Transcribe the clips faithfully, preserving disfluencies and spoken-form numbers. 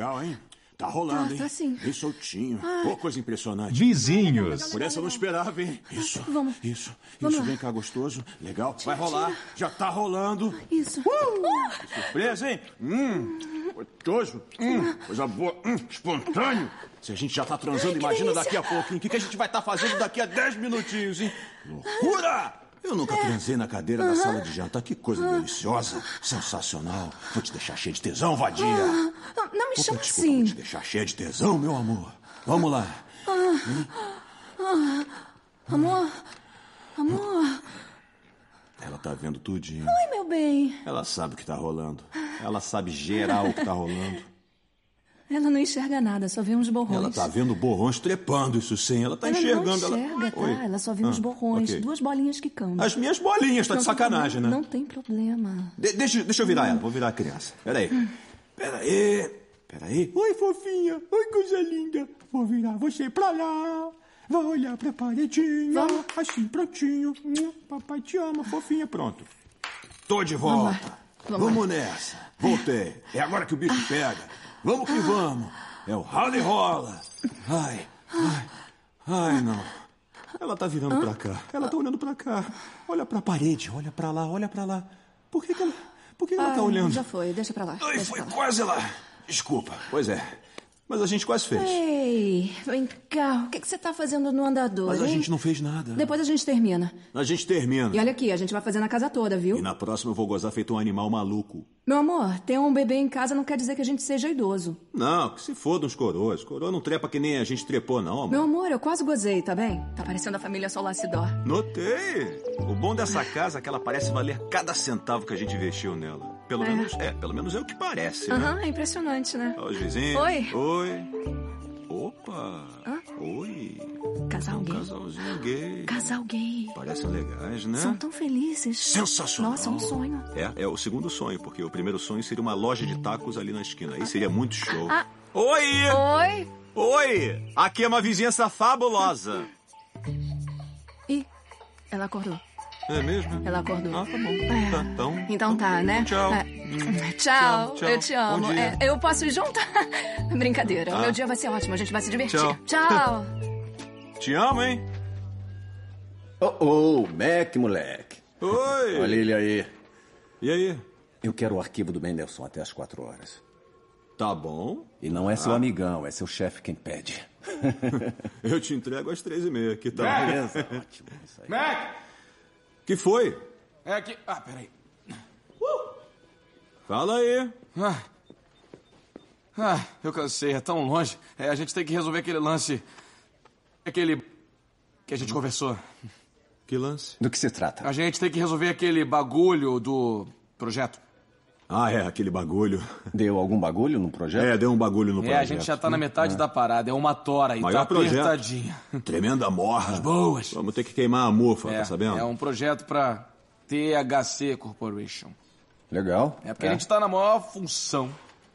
legal, hein? Tá rolando, tá, hein? Tá sim. Bem soltinho. Pô, coisa impressionante. Vizinhos. Por essa eu não esperava, hein? Isso, Vamos. isso, Vamos isso. lá. Vem cá, gostoso. Legal. Tira, Vai rolar. tira. Já tá rolando. Isso. Uh! Que surpresa, hein? Hum, gostoso. Hum, coisa boa. Hum, espontâneo. Se a gente já tá transando, Ai, imagina delícia. daqui a pouquinho. O que, que a gente vai estar tá fazendo daqui a dez minutinhos, hein? Loucura! Eu nunca transei na cadeira da sala de jantar. Que coisa deliciosa. Sensacional. Vou te deixar cheio de tesão, vadia. Não, não me Opa, chama desculpa, assim. vou te deixar cheio de tesão, meu amor. Vamos lá. Hum? Amor, amor. Ela tá vendo tudinho. Ai, meu bem. Ela sabe o que tá rolando. Ela sabe geral o que tá rolando. Ela não enxerga nada, só vê uns borrões. Ela tá vendo borrões trepando, isso sim. Ela tá ela enxergando. Não enxerga, ela... tá? Oi. Ela só vê uns Ah, borrões, ok. duas bolinhas quicando. As minhas bolinhas, tá Não de tem sacanagem, problema, né? Não tem problema. De- deixa, deixa eu virar ela, vou virar a criança. Peraí. Peraí. Peraí. Oi, fofinha. Oi, coisa linda. Vou virar você pra lá. Vou olhar pra paredinha. Vamos. Assim, prontinho. Hum, Papai te ama, fofinha. Pronto. Tô de volta. Vamos Vamos, nessa. Voltei. É agora que o bicho pega. Vamos que vamos. É o rala e rola. Ai, ai, ai, não. Ela tá virando pra cá. Ela tá olhando pra cá. Olha pra parede, olha pra lá, olha pra lá. Por que que ela, por que ela Ai, tá olhando? Já foi, deixa pra lá. Ai, deixa foi pra lá. quase lá. Desculpa. Pois é. Mas a gente quase fez. Ei, vem cá. O que, que você tá fazendo no andador, Mas a hein? gente não fez nada. Depois a gente termina. A gente termina. E olha aqui, a gente vai fazer na casa toda, viu? E na próxima eu vou gozar feito um animal maluco. Meu amor, ter um bebê em casa não quer dizer que a gente seja idoso. Não, que se foda uns coroas. Coroa não trepa que nem a gente trepou, não, amor. Meu amor, eu quase gozei, tá bem? Tá parecendo a família Solacidor. Notei. O bom dessa casa é que ela parece valer cada centavo que a gente investiu nela. Pelo É. menos, é, pelo menos é o que parece, né? Aham, é impressionante, né? Ó, os vizinhos. Oi. Oi. Opa. Hã? Oi. Casal Um gay. casalzinho gay. Casal gay. Parecem legais, né? São tão felizes. Sensacional. Nossa, um sonho. É, é o segundo sonho, porque o primeiro sonho seria uma loja de tacos ali na esquina. Aí seria muito show. Ah. Oi! Oi? Oi! Aqui é uma vizinhança fabulosa. Ih, ela acordou. É mesmo? Ela acordou. Ah, tá bom. É. Tá, então, Então tá, né? Tchau. É. Hum. Tchau, Tchau, tchau. eu te amo. Bom dia. É, eu posso ir junto? Brincadeira. O Ah. meu dia vai ser ótimo, a gente vai se divertir. Tchau. Tchau. Te amo, hein? Oh, oh, Mac, moleque. Oi! Olha ele aí. E aí? Eu quero o arquivo do Mendelssohn até as quatro horas. Tá bom. E não é seu amigão, é seu chefe quem pede. Eu te entrego às três e meia. Que tal? Beleza, ótimo. Isso aí. Mac! Que foi? É que... Ah, peraí. Fala aí. Ah. Ah, eu cansei, é tão longe. É, a gente tem que resolver aquele lance... Aquele... que a gente conversou. Que lance? Do que se trata? A gente tem que resolver aquele bagulho do projeto. Ah, é, aquele bagulho. Deu algum bagulho no projeto? É, deu um bagulho no É, projeto. a gente já tá na metade da parada. É uma tora e Maior tá projeto. apertadinha. Tremenda morra. Boas. Vamos ter que queimar a mufa, É, tá sabendo? é um projeto pra T H C Corporation. Legal. É porque a gente tá na maior função.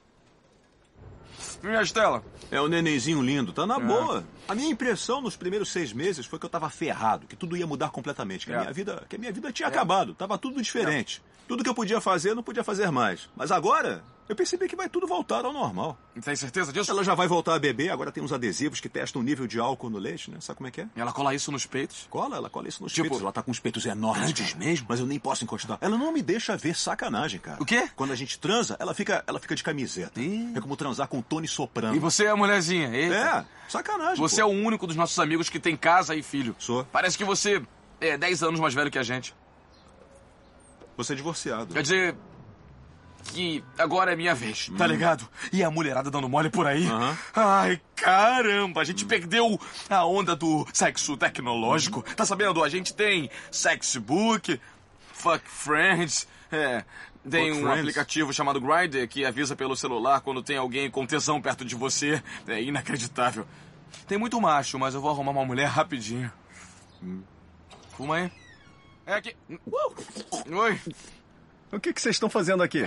Minha Estela. É um nenenzinho lindo, tá na boa. A minha impressão nos primeiros seis meses foi que eu tava ferrado, que tudo ia mudar completamente, que, a, É. minha vida, que a minha vida tinha acabado, tava tudo diferente. Tudo que eu podia fazer, eu não podia fazer mais. Mas agora, eu percebi que vai tudo voltar ao normal. Tem certeza disso? Ela já vai voltar a beber, agora tem uns adesivos que testam o nível de álcool no leite, né? Sabe como é que é? Ela cola isso nos peitos? Cola, ela cola isso nos Tipo- peitos. Ela tá com os peitos enormes mesmo, mas eu nem posso encostar. Ela não me deixa ver sacanagem, cara. O quê? Quando a gente transa, ela fica, ela fica de camiseta. Ih. É como transar com Tony Soprano. E você é a mulherzinha? Eita. É, sacanagem. Você pô. é o único dos nossos amigos que tem casa e filho. Sou. Parece que você é dez anos mais velho que a gente. Você é divorciado. Quer dizer que agora é minha vez, tá ligado? E a mulherada dando mole por aí. Aham. Ai, caramba, a gente perdeu a onda do sexo tecnológico. Tá sabendo? A gente tem Sexbook, Fuck Friends, é... Tem Fuck um Friends? aplicativo chamado Grindr que avisa pelo celular quando tem alguém com tesão perto de você. É inacreditável. Tem muito macho, mas eu vou arrumar uma mulher rapidinho. Fuma aí. É aqui. Oi. O que que vocês estão fazendo aqui?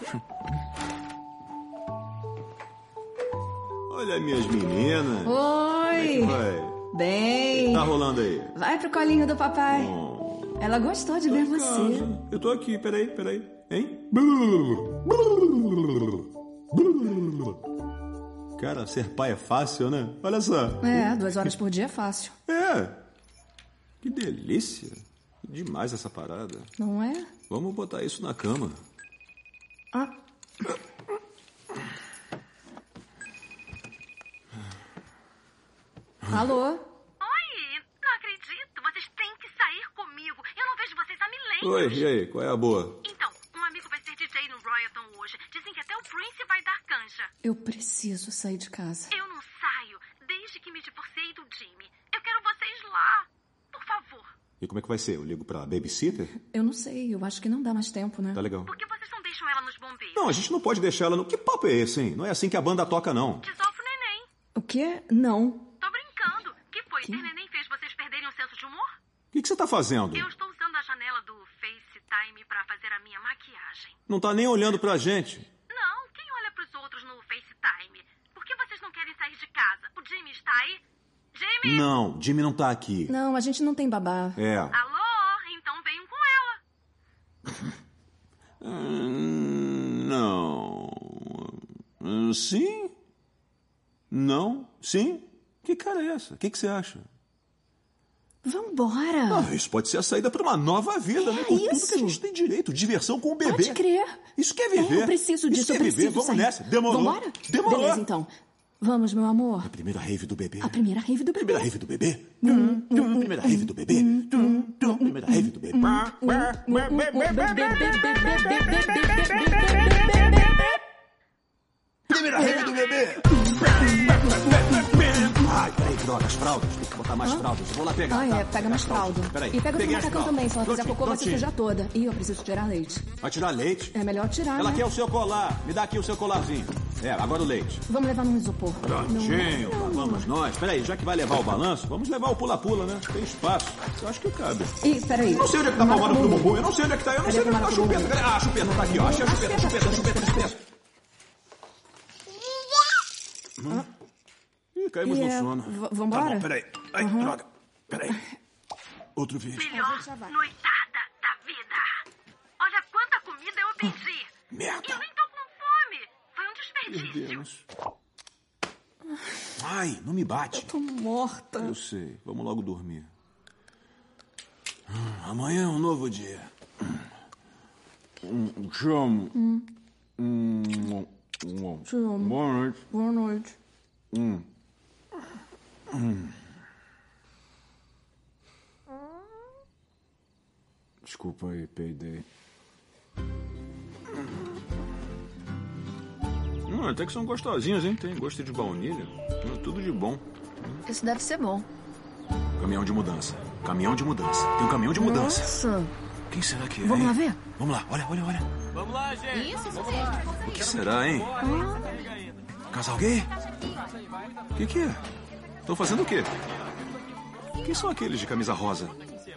Olha minhas meninas. Oi. Vai. Bem. Tá rolando aí. Vai pro colinho do papai. Oh, Ela gostou de ver tô em você. casa. Eu tô aqui, peraí, peraí. Hein? Cara, ser pai é fácil, né? Olha só. É, duas horas por dia é fácil. É. Que delícia. Demais essa parada. Não é? Vamos botar isso na cama. Ah. Alô? Oi, não acredito. Vocês têm que sair comigo. Eu não vejo vocês há milênios. Oi, e aí? Qual é a boa? Então, um amigo vai ser D J no Royalton hoje. Dizem que até o Prince vai dar canja. Eu preciso sair de casa. Eu não saio desde que me divorciei do Jimmy. Eu quero vocês lá. Por favor. E como é que vai ser? Eu ligo pra babysitter? Eu não sei, eu acho que não dá mais tempo, né? Tá legal. Por que vocês não deixam ela nos bombeiros? Não, a gente não pode deixar ela no... Que papo é esse, hein? Não é assim que a banda toca, não. Desofre o neném. O quê? Não. Tô brincando. Que foi? Ter neném fez vocês perderem o senso de humor? O que, que você tá fazendo? Eu estou usando a janela do FaceTime pra fazer a minha maquiagem. Não tá nem olhando pra gente. Não, quem olha pros outros no FaceTime? Por que vocês não querem sair de casa? O Jimmy está aí? Jimmy? Não, Jimmy não tá aqui. Não, a gente não tem babá. É. Alô? Então venham com ela. Hum, não. Hum, Sim? Não? Sim? Que cara é essa? O que, que você acha? Vambora. Ah, isso pode ser a saída para uma nova vida, É né? Com tudo isso. que a gente tem direito. Diversão com o bebê. Pode crer. Isso que é viver. É, eu preciso disso, Isso que eu é viver. preciso Vamos sair. nessa. Demorou. Vambora? Demorou. Beleza, então. Vamos, meu amor. A primeira rave do bebê. A primeira rave do bebê. Primeira rave do bebê. Tum, tum, primeira rave do bebê. Tum, tum, primeira rave do bebê. Primeira rave do bebê. Ai, peraí, droga, as fraldas. Tem que botar mais fraldas. Vou lá pegar. Ah, é, tá? pega mais fralda. Peraí. E pega o Peguei as macacão fraldas. também, se ela fizer Prontinho, cocô, vai se prontinho. sujar toda. Ih, eu preciso tirar leite. Vai tirar leite? É melhor tirar, Ela né? quer o seu colar. Me dá aqui o seu colarzinho. É, agora o leite. Vamos levar num isopor. Prontinho, Não, não. vamos nós. Peraí, já que vai levar o balanço, vamos levar o pula-pula, né? Tem espaço. Eu acho que cabe. Ih, peraí. Eu não sei onde é que tá a palmada do bumbum. Eu não sei onde é que tá. Eu não sei onde é que tá a Cadê o chupeta. Cadê? Ah, a chupeta tá aqui, ó. Achei a chupeta, a chupeta, a chupeta, a chupeta. Hum. Ih, caímos E no é, sono. v- vambora? Tá bom, peraí. Ai, droga. Peraí. Outro vídeo. Melhor noitada da vida. Olha quanta comida eu pedi. Merda. Eu nem tô com fome. Foi um desperdício. Perdemos. Ai, não me bate. Tô morta. Eu sei. Vamos logo dormir. Hum, Amanhã é um novo dia. Hum, Te amo. Hum. Hum, hum. Te amo. Boa noite. Boa noite. Hum. Hum. Desculpa aí, peidei. Hum, até que são gostosinhos, hein? Tem gosto de baunilha. Hum, Tudo de bom. Isso deve ser bom. Caminhão de mudança. Caminhão de mudança. Tem um caminhão de mudança. Nossa. Quem será que é? Vamos hein? lá ver? Vamos lá, olha, olha, olha. Vamos lá, gente. Isso, isso O que será, hein? Casal gay? O que, que é? Estão fazendo o quê? Quem são aqueles de camisa rosa?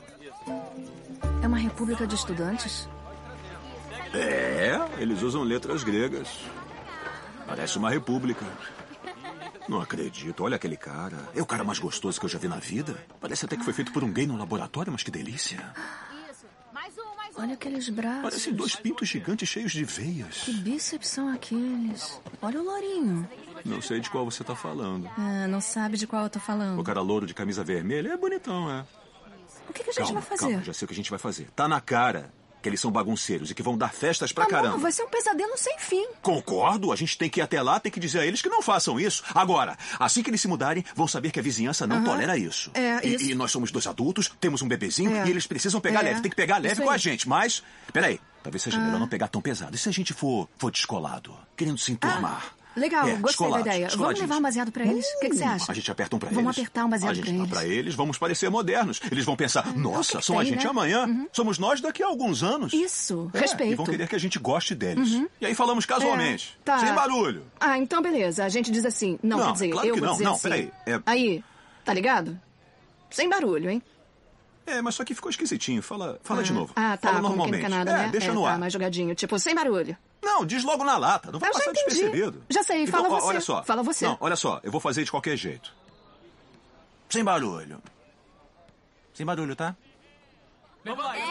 É uma república de estudantes? É, eles usam letras gregas. Parece uma república. Não acredito, olha aquele cara. É o cara mais gostoso que eu já vi na vida. Parece até que foi feito por um gay no laboratório, mas que delícia. Olha aqueles braços. Parecem dois pintos gigantes cheios de veias. Que bíceps são aqueles? Olha o lourinho. Não sei de qual você tá falando. Ah, não sabe de qual eu tô O falando. cara louro de camisa vermelha é bonitão, é. O que, que a gente Calma, vai fazer? calma, já sei o que a gente vai fazer. Tá na cara que eles são bagunceiros e que vão dar festas pra Amor, caramba. vai ser um pesadelo sem fim. Concordo, a gente tem que ir até lá, tem que dizer a eles que não façam isso. Agora, assim que eles se mudarem, vão saber que a vizinhança não Aham. tolera isso. É, e, isso. e nós somos dois adultos, temos um bebezinho É. e eles precisam pegar É. leve. Tem que pegar leve Isso com aí. a gente, mas... Peraí, talvez seja melhor não pegar tão pesado. E se a gente for, for descolado, querendo se enturmar? Legal, É, gostei da descolados, ideia. Vamos descoladinhos. levar um baseado pra eles? O que, que você Hum, acha? A gente aperta um pra Vamos eles. apertar um baseado A gente pra dá eles. pra eles, vamos parecer modernos. Eles vão pensar, nossa, o que que são a tem, gente né? amanhã. Somos nós daqui a alguns anos. Isso, É, respeito. E vão querer que a gente goste deles. E aí falamos casualmente. É, tá. Sem barulho. Ah, então beleza. A gente diz assim. Não, Não, quer dizer, claro eu que vou não. dizer Não, assim. peraí, é- Aí, tá ligado? Sem barulho, hein? É, mas só que ficou esquisitinho. Fala, fala de novo. Ah, tá. Fala Como quem normalmente. não quer nada, é, né? deixa é, no tá, ar. mais jogadinho. Tipo, sem barulho. Não, diz logo na lata. Não vai Eu já passar entendi. despercebido. Já sei, Então, fala ó, você. Olha só. Fala você. Não, olha só. Eu vou fazer de qualquer jeito. Sem barulho. Sem barulho, tá? Vamos lá.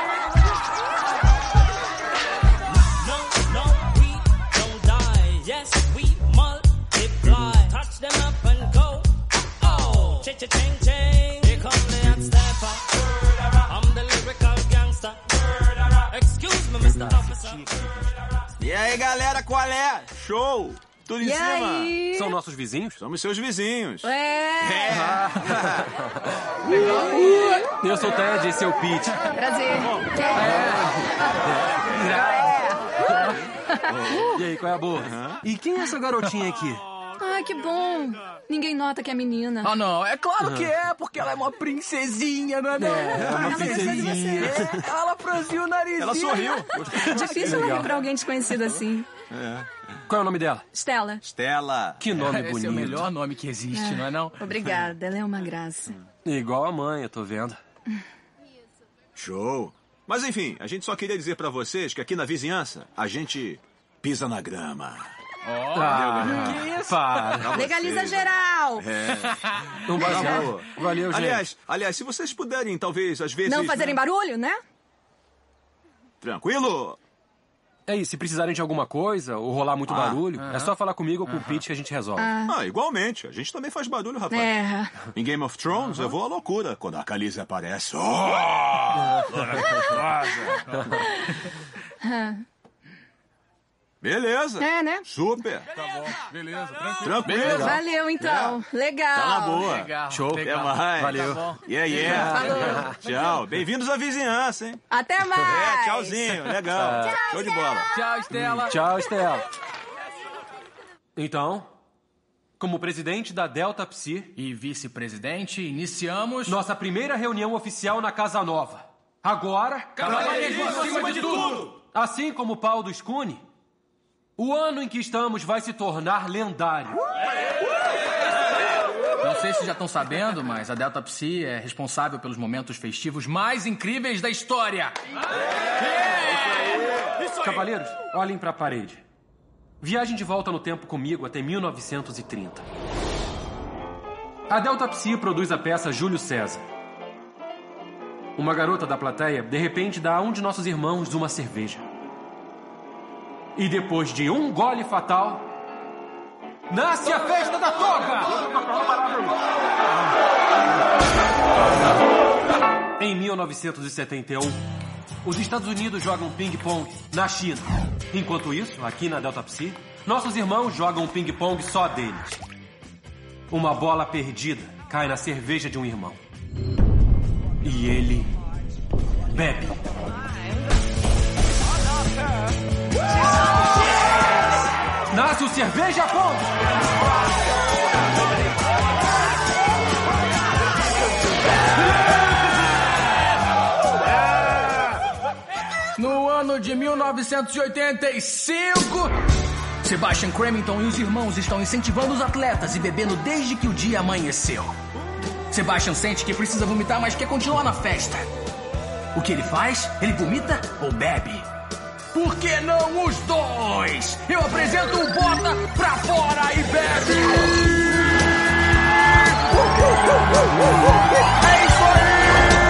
No, no, we don't die. Yes, show! Tudo em E cima! aí? São nossos vizinhos? Somos seus vizinhos. É. Eu sou o Ted, esse é o Pete. Prazer. E aí, qual é a boa? E quem é essa garotinha aqui? Ai, que bom. Ninguém nota que é menina. Ah, não. É claro que é, porque ela é uma princesinha, não é? Não? É, é uma Ela gostou de você. É, ela franziu o narizinho. Ela sorriu. Difícil rir pra alguém desconhecido assim. Qual é o nome dela? Stella. Stella. Que nome Esse bonito. é o melhor nome que existe, não é não? Obrigada, ela é uma graça. Igual a mãe, eu tô vendo. Show. Mas enfim, a gente só queria dizer pra vocês que aqui na vizinhança a gente pisa na grama. Ah, que isso? para. Legaliza geral. Um Tá baseado. bom. Valeu, gente. Aliás, aliás, se vocês puderem, talvez, às vezes... Não fazerem barulho, né? Tranquilo? É isso, se precisarem de alguma coisa ou rolar muito Ah. barulho, é só falar comigo ou com o Pete que a gente resolve. Ah, igualmente. A gente também faz barulho, rapaz. É. Em Game of Thrones, eu vou à loucura quando a Khaleesi aparece. Oh! Beleza. É, né? Super. Beleza, tranquilo. Tranquilo. Valeu, então. Legal. Tá na boa. Legal. Show. Até legal. mais. Valeu. Tá bom. Yeah, yeah. Falou. Tchau. Bem-vindos à vizinhança, hein? Até mais. É, tchauzinho. Legal. Show de bola. Tchau, Estela. Tchau, Estela. Então, como presidente da Delta Psi, E vice-presidente, iniciamos... nossa primeira reunião oficial na Casa Nova. Agora, Cavalheirismo acima de tudo! assim como o pau do Scune, o ano em que estamos vai se tornar lendário. Não sei se já estão sabendo, mas a Delta Psi é responsável pelos momentos festivos mais incríveis da história. Cavaleiros, olhem para a parede. Viajem de volta no tempo comigo até mil novecentos e trinta. A Delta Psi produz a peça Júlio César. Uma garota da plateia, de repente, dá a um de nossos irmãos uma cerveja. E depois de um gole fatal, nasce a festa da toga! Em mil novecentos e setenta e um, os Estados Unidos jogam ping-pong na China. Enquanto isso, aqui na Delta Psi, nossos irmãos jogam ping-pong só deles. Uma bola perdida cai na cerveja de um irmão. E ele bebe. Nasce o Cerveja Pong! No ano de mil novecentos e oitenta e cinco, Sebastian Cremington e os irmãos estão incentivando os atletas e bebendo desde que o dia amanheceu. Sebastian sente que precisa vomitar, mas quer continuar na festa. O que ele faz? Ele vomita ou bebe? Por que não os dois? Eu apresento o Bota pra fora e bebe! É isso aí!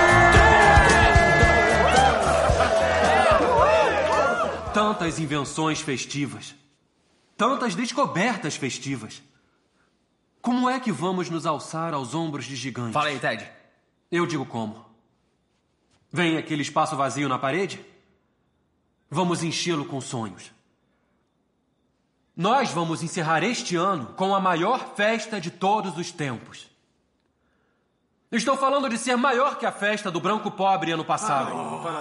Tantas invenções festivas. Tantas descobertas festivas. Como é que vamos nos alçar aos ombros de gigantes? Fala aí, Ted. Eu digo como. Vem aquele espaço vazio na parede? Vamos enchê-lo com sonhos. Nós vamos encerrar este ano com a maior festa de todos os tempos. Estou falando de ser maior que a festa do branco pobre ano passado.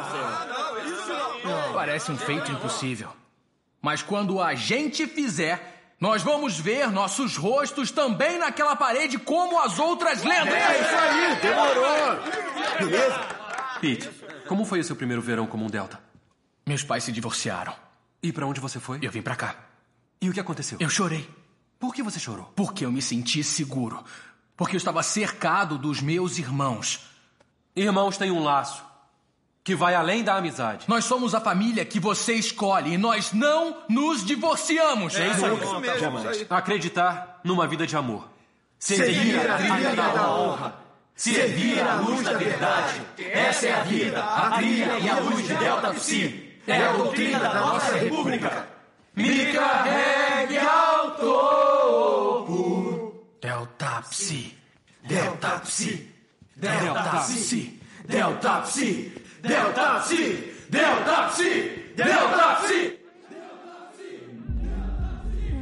Parece um feito impossível. Mas quando a gente fizer, nós vamos ver nossos rostos também naquela parede como as outras lendas. É isso aí, demorou. Beleza? Pete, como foi o seu primeiro verão como um Delta? Meus pais se divorciaram. E pra onde você foi? Eu vim pra cá. E o que aconteceu? Eu chorei. Por que você chorou? Porque eu me senti seguro. Porque eu estava cercado dos meus irmãos. Irmãos têm um laço que vai além da amizade. Nós somos a família que você escolhe e nós não nos divorciamos. É isso mesmo. Jamais. Acreditar numa vida de amor. Seguir a trilha da honra. Servir a luz da verdade. Essa é a vida, a trilha e a luz de Delta Psi. É a doutrina da nossa república. Me carregue ao topo. Delta Psi. Delta Psi. Delta Psi. Delta Psi. Delta Psi. Delta Psi. Delta Psi.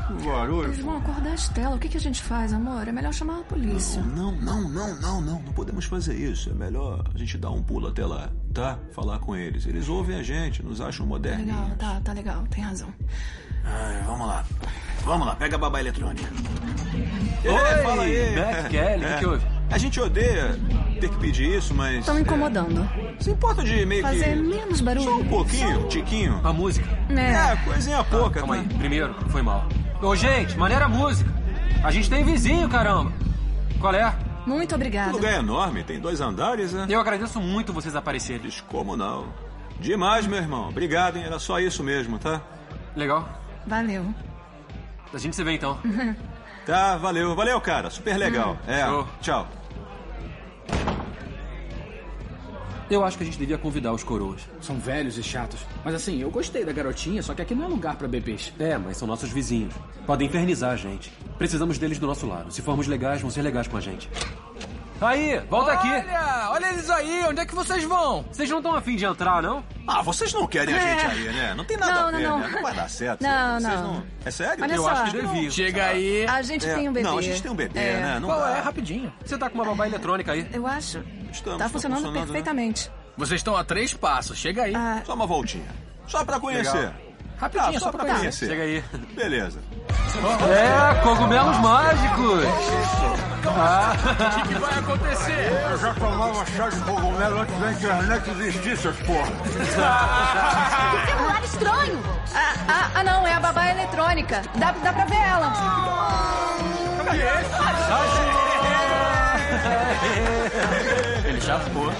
Barulho. Eles vão acordar a Estela. O que, que a gente faz, amor? É melhor chamar a polícia. Não, não, não, não, não. Não podemos fazer isso. É melhor a gente dar um pulo até lá, tá? Falar com eles. Eles ouvem a gente, nos acham modernos. Legal, tá, tá legal. Tem razão. Ai, vamos lá. Vamos lá, pega a babá eletrônica. Oi, É, fala aí. Matt Kelly, o que que houve? A gente odeia ter que pedir isso, mas... Estão me incomodando. É, se importa de meio Fazer que... menos barulho. Só um pouquinho, um tiquinho. A música. É. É, coisinha pouca. Calma tá? aí. Primeiro, foi mal. Ô, gente, maneira a música. A gente tem vizinho, caramba. Qual é? Muito O obrigada. lugar é enorme, tem dois andares, né? Eu agradeço muito vocês aparecerem. Descomunal. Demais, meu irmão. Obrigado, hein? Era só isso mesmo, tá? Legal. Valeu. A gente se vê então. Tá, valeu. Valeu, cara. Super legal. É, Show. tchau. Eu acho que a gente devia convidar os coroas. São velhos e chatos. Mas assim, eu gostei da garotinha, só que aqui não é lugar pra bebês. É, mas são nossos vizinhos. Podem infernizar a gente. Precisamos deles do nosso lado. Se formos legais, vão ser legais com a gente. Aí, volta aqui. Olha, olha eles aí, onde é que vocês vão? Vocês não estão afim de entrar, não? Ah, vocês não querem a É. gente aí, né? Não tem nada Não, a ver, não, né? não. Não vai dar certo. Não, Vocês não. É sério? Olha Eu só. acho que devia. Chega aí. A gente É, tem um bebê. Não, a gente tem um bebê, É. né? Não Qual dá. é? Rapidinho. Você tá com uma babá eletrônica aí. Eu acho. Estamos, Tá funcionando né? perfeitamente. Vocês estão a três passos, chega aí. Ah, Só uma voltinha. Só pra conhecer. Legal. Rapidinho, Ah, só só pra pra conhecer. conhecer. Chega aí. Beleza. É, cogumelos mágicos. O que, que vai acontecer? Eu já tomava chá de cogumelo antes da internet existir, seus porra. Celular estranho! ah, ah, ah, não, é a babá eletrônica. Dá, dá pra ver ela. Ele chapou.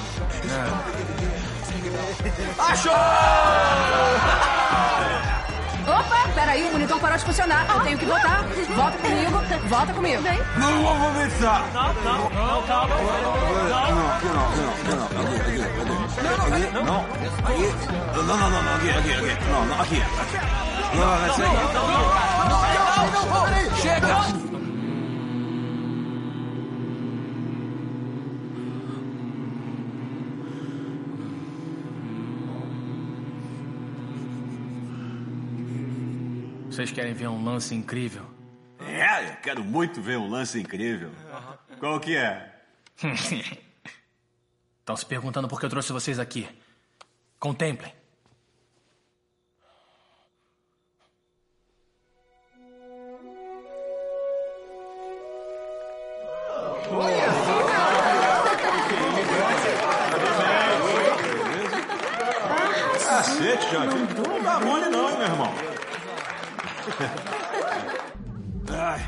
Opa, peraí, o monitor parou de funcionar. Eu tenho que voltar. Volta comigo, volta comigo. Vem. Não vou começar. Não, não, não, calma. Não, não, aqui, não. Aqui, aqui, aqui. Não, aqui. Não, não, não, não, aqui, aqui, aqui. Não, não, aqui. Não, vai ser aqui. Chega! Vocês querem ver um lance incrível? É, eu quero muito ver um lance incrível. Qual que é? Estão se perguntando por que eu trouxe vocês aqui. Contemplem. Cacete, Jorge. Não dá mole não, hein, meu irmão. Ai.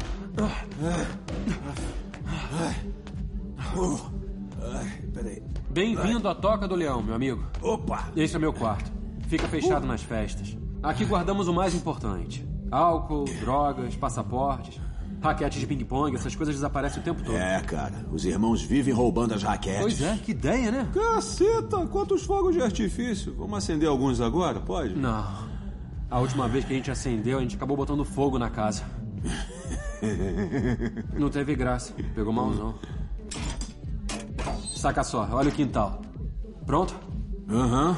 Ai, peraí. Bem-vindo à Toca do Leão, meu amigo. Opa! Esse é meu quarto. Fica fechado nas festas. Aqui guardamos o mais importante. Álcool, drogas, passaportes, raquetes de ping-pong, essas coisas desaparecem o tempo todo. É, cara, os irmãos vivem roubando as raquetes. Pois é, que ideia, né? Caceta, quantos fogos de artifício. Vamos acender alguns agora, pode? Não. A última vez que a gente acendeu, a gente acabou botando fogo na casa. Não teve graça. Pegou malzão. Saca só, olha o quintal. Pronto? Aham.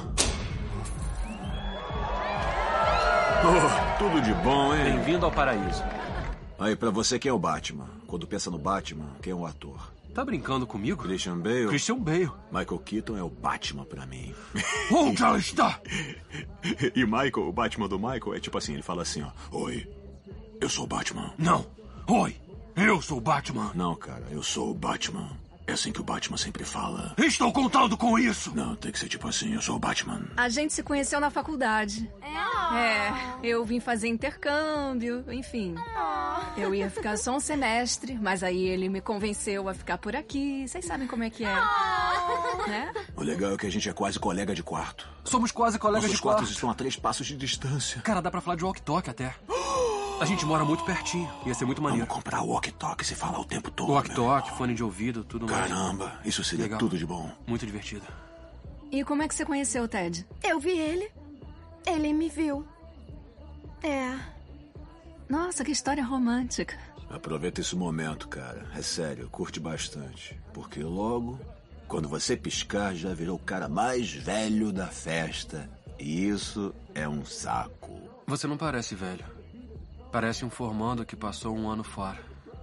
Oh, tudo de bom, hein? Bem-vindo ao paraíso. Aí, pra você, quem é o Batman? Quando pensa no Batman, quem é o ator? Tá brincando comigo? Christian Bale? Christian Bale. Michael Keaton é o Batman pra mim. Onde ela está? E Michael, o Batman do Michael, é tipo assim, ele fala assim, ó. Oi, eu sou o Batman. Não. Oi, eu sou o Batman. Não, cara, eu sou o Batman. É assim que o Batman sempre fala. Estou contando com isso. Não, tem que ser tipo assim, eu sou o Batman. A gente se conheceu na faculdade. É, eu vim fazer intercâmbio, enfim. Eu ia ficar só um semestre, mas aí ele me convenceu a ficar por aqui. Vocês sabem como é que é, né? O legal é que a gente é quase colega de quarto. Somos quase colegas Nossos de quarto. quartos estão a três passos de distância. Cara, dá pra falar de walk-talk até. A gente mora muito pertinho. Ia ser muito maneiro. Vamos comprar walkie-talkie e falar o tempo todo. meu Walk-talk, irmão. fone de ouvido, tudo mais. Caramba, isso seria Legal. tudo de bom. Muito divertido. E como é que você conheceu o Ted? Eu vi ele. Ele me viu. É. Nossa, que história romântica. Aproveita esse momento, cara. É sério, curte bastante. Porque logo, quando você piscar, já virou o cara mais velho da festa. E isso é um saco. Você não parece velho. Parece um formando que passou um ano fora.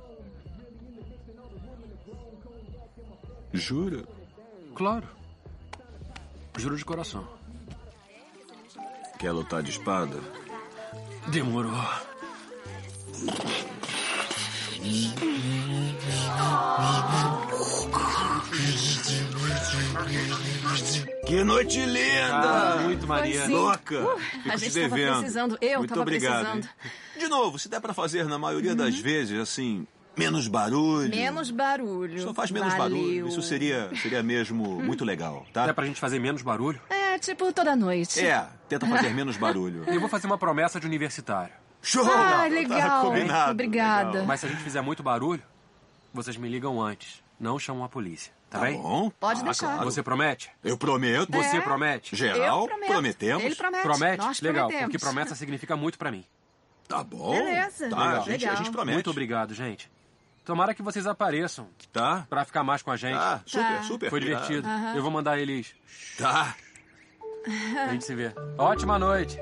Jura? Claro. Juro de coração. Quer lutar de espada? Demorou. Que noite linda! Ah, muito, Maria. Louca! Uh, Fico a te gente tava devendo. precisando. Eu Muito tava obrigado, precisando. hein? De novo, se der pra fazer na maioria das vezes, assim, menos barulho. Menos barulho. Só faz menos Valeu. barulho. Isso seria, seria mesmo muito legal, tá? É pra gente fazer menos barulho? É, tipo toda noite. É, tenta fazer menos barulho. Eu vou fazer uma promessa de universitário. Show! Ah, Tá legal. combinado. Obrigada. Legal. Mas se a gente fizer muito barulho, vocês me ligam antes. Não chamam a polícia, tá, Tá bem? bom? Pode Ah, deixar. claro. Você promete? Eu prometo. Você É. promete? Geral, Eu prometo. prometemos. Ele promete. Promete? Nós Legal, prometemos. porque promessa significa muito pra mim. Tá bom. Beleza. Tá, Legal. A, gente, a gente promete. Muito obrigado, gente. Tomara que vocês apareçam Tá? pra ficar mais com a gente. Tá, super, Tá. super. Foi obrigado. divertido. Eu vou mandar eles. Tá. A gente se vê. Ótima noite.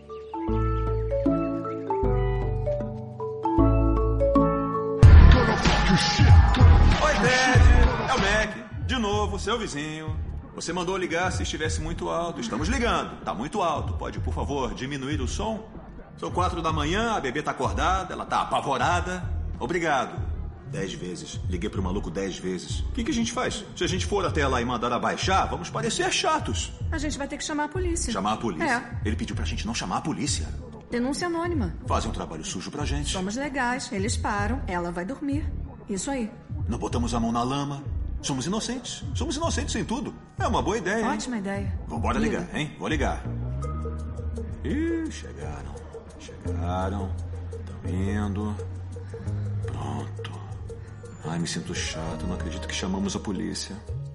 Oi, Ted. É o Mac. De novo, seu vizinho. Você mandou ligar se estivesse muito alto. Estamos ligando. Tá muito alto. Pode, por favor, diminuir o som? São quatro da manhã, a bebê tá acordada, ela tá apavorada. Obrigado. Dez vezes. Liguei pro maluco dez vezes. O que, que a gente faz? Se a gente for até lá e mandar abaixar, vamos parecer chatos. A gente vai ter que chamar a polícia. Chamar a polícia. É. Ele pediu pra gente não chamar a polícia. Denúncia anônima. Fazem um trabalho sujo pra gente. Somos legais. Eles param. Ela vai dormir. Isso aí. Não botamos a mão na lama. Somos inocentes. Somos inocentes em tudo. É uma boa ideia, hein? Ótima ideia. Vambora Liga. ligar, hein? Vou ligar. Ih, chegaram. Chegaram. Estão indo. Pronto. Ai, me sinto chato. Não acredito que chamamos a polícia.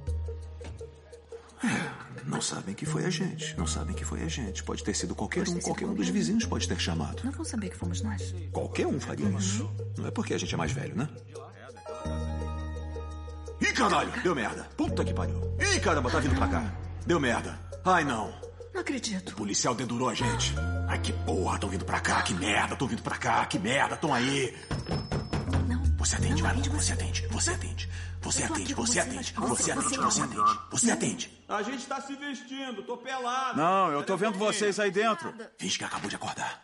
É, não sabem que foi a gente. Não sabem que foi a gente. Pode ter sido qualquer Pode um. ter sido Qualquer um dos qualquer um. vizinhos pode ter chamado. Não vão saber que fomos nós. Qualquer um faria isso. Não é porque a gente é mais velho, né? Ih, caralho! Deu merda. Puta que pariu. Ih, caramba, tá vindo pra cá. Deu merda. Ai, não. Não acredito. O policial dedurou a gente. Ai, que porra, tão vindo pra cá. Que merda, tão vindo pra cá. Que merda, tão aí. Não. Você atende, Não, vai, atende você atende. Você atende. Você Eu tô atende, aqui com você você, atende. mas Você você- atende, você você não. atende. Você Não. atende. A gente tá se vestindo, tô pelado. Não, eu tô vendo vocês aí dentro. Finge que acabou de acordar.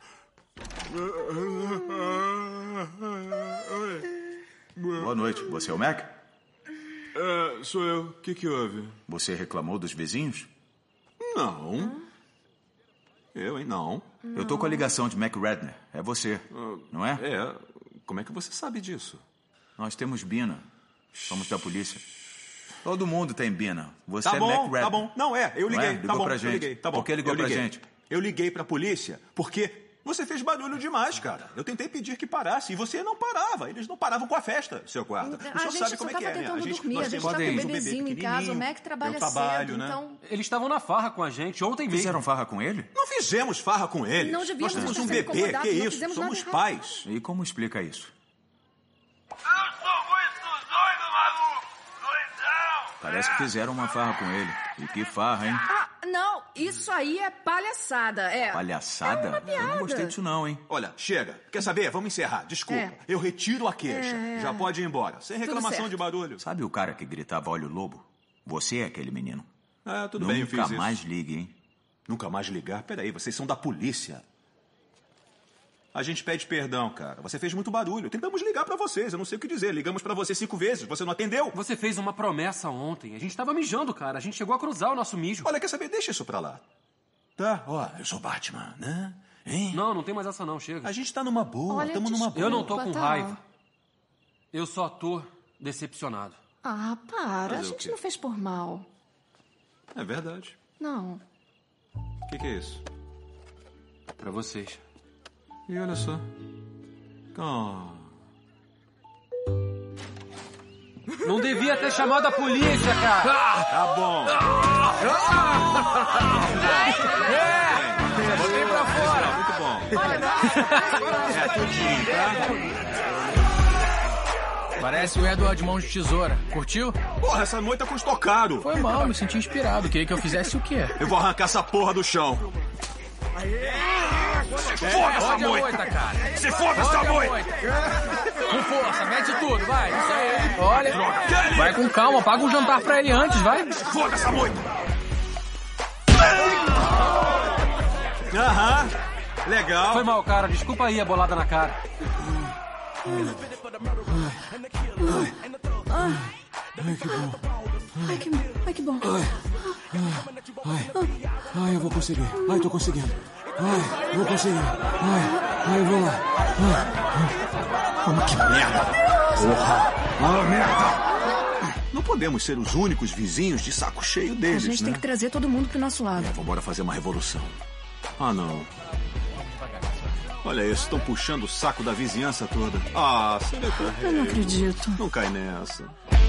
Boa noite. Você é o Mac? É, sou eu. O que que houve? Você reclamou dos vizinhos? Não. Eu, hein? Não. Eu tô com a ligação de Mac Redner. É você, não é? É. Como é que você sabe disso? Nós temos Bina. Somos da polícia. Todo mundo tem Bina. Você Tá é bom, Mac Redner. tá bom. Não, é, eu Não é? liguei. Ligou Tá bom, pra eu gente. liguei. Tá bom. Por que ligou eu pra liguei. gente? Eu liguei pra polícia porque você fez barulho demais, cara. Eu tentei pedir que parasse e você não parava. Eles não paravam com a festa, seu guarda. O A senhor gente sabe só como é tava que é, né? tentando A gente, dormir. nós A gente temos tá com um um bebê bebezinho em casa. O pequenininho. Mac trabalha Eu trabalho, cedo, né? então... Eles estavam na farra com a gente ontem mesmo. Fizeram farra com ele? Não fizemos farra com eles. Não devíamos Nós temos estar um sendo bebê, incomodados, que não isso? fizemos Somos nada pais. E como explica isso? Eu sou muito doido, maluco! Doidão! Parece que fizeram uma farra com ele. E que farra, hein? Ah, não. Isso aí é palhaçada. É. Palhaçada? É uma piada. Eu não gostei disso não, hein? Olha, chega. Quer saber? Vamos encerrar. Desculpa. É. Eu retiro a queixa. É. Já pode ir embora. Sem reclamação certo. de barulho. Sabe o cara que gritava olha o lobo? Você é aquele menino. Ah, tudo Nunca bem, eu fiz isso. mais ligue, hein? Nunca mais ligar? Peraí, vocês são da polícia. A gente pede perdão, cara. Você fez muito barulho. Tentamos ligar pra vocês. Eu não sei o que dizer. Ligamos pra você cinco vezes. Você não atendeu. Você fez uma promessa ontem. A gente tava mijando, cara. A gente chegou a cruzar o nosso mijo. Olha, quer saber? Deixa isso pra lá. Tá? Ó, eu sou Batman, né? Hein? Não, não tem mais essa não, chega. A gente tá numa boa. Olha, Tamo numa boa. Eu não tô com Tá. raiva. Eu só tô decepcionado. Ah, para. Fazer A o gente quê? não fez por mal. É verdade. Não. O que, que é isso? Pra vocês. E olha só. Oh. Não devia ter chamado a polícia, cara. Tá bom. Botei pra fora. Muito bom. É, tudinho, tá? Parece o Edward Mão de Tesoura. Curtiu? Porra, essa moita custou caro. Foi mal, me senti inspirado. Queria que eu fizesse o quê? Eu vou arrancar essa porra do chão. Foda-se! essa moita. moita, cara. Se foda essa moita. Com força, mete tudo, vai. Isso aí. Olha, Kelly. vai com calma, paga um jantar pra ele antes, vai. Se foda essa moita. Aham. Legal. Foi mal, cara. Desculpa aí a bolada na cara. Ai, que bom. Ai, que, ai, que bom. Ai, ai, eu vou conseguir. Ai, tô conseguindo. Ai, vou conseguir. Ai, ai, eu vou lá. Ai. Oh, que merda. Porra. Ah, merda. Não podemos ser os únicos vizinhos de saco cheio deles, né? A gente né? tem que trazer todo mundo pro nosso lado. É, vambora fazer uma revolução. Ah, não. Olha isso, estão puxando o saco da vizinhança toda. Ah, Seneca Rei. Eu não acredito. Não cai nessa.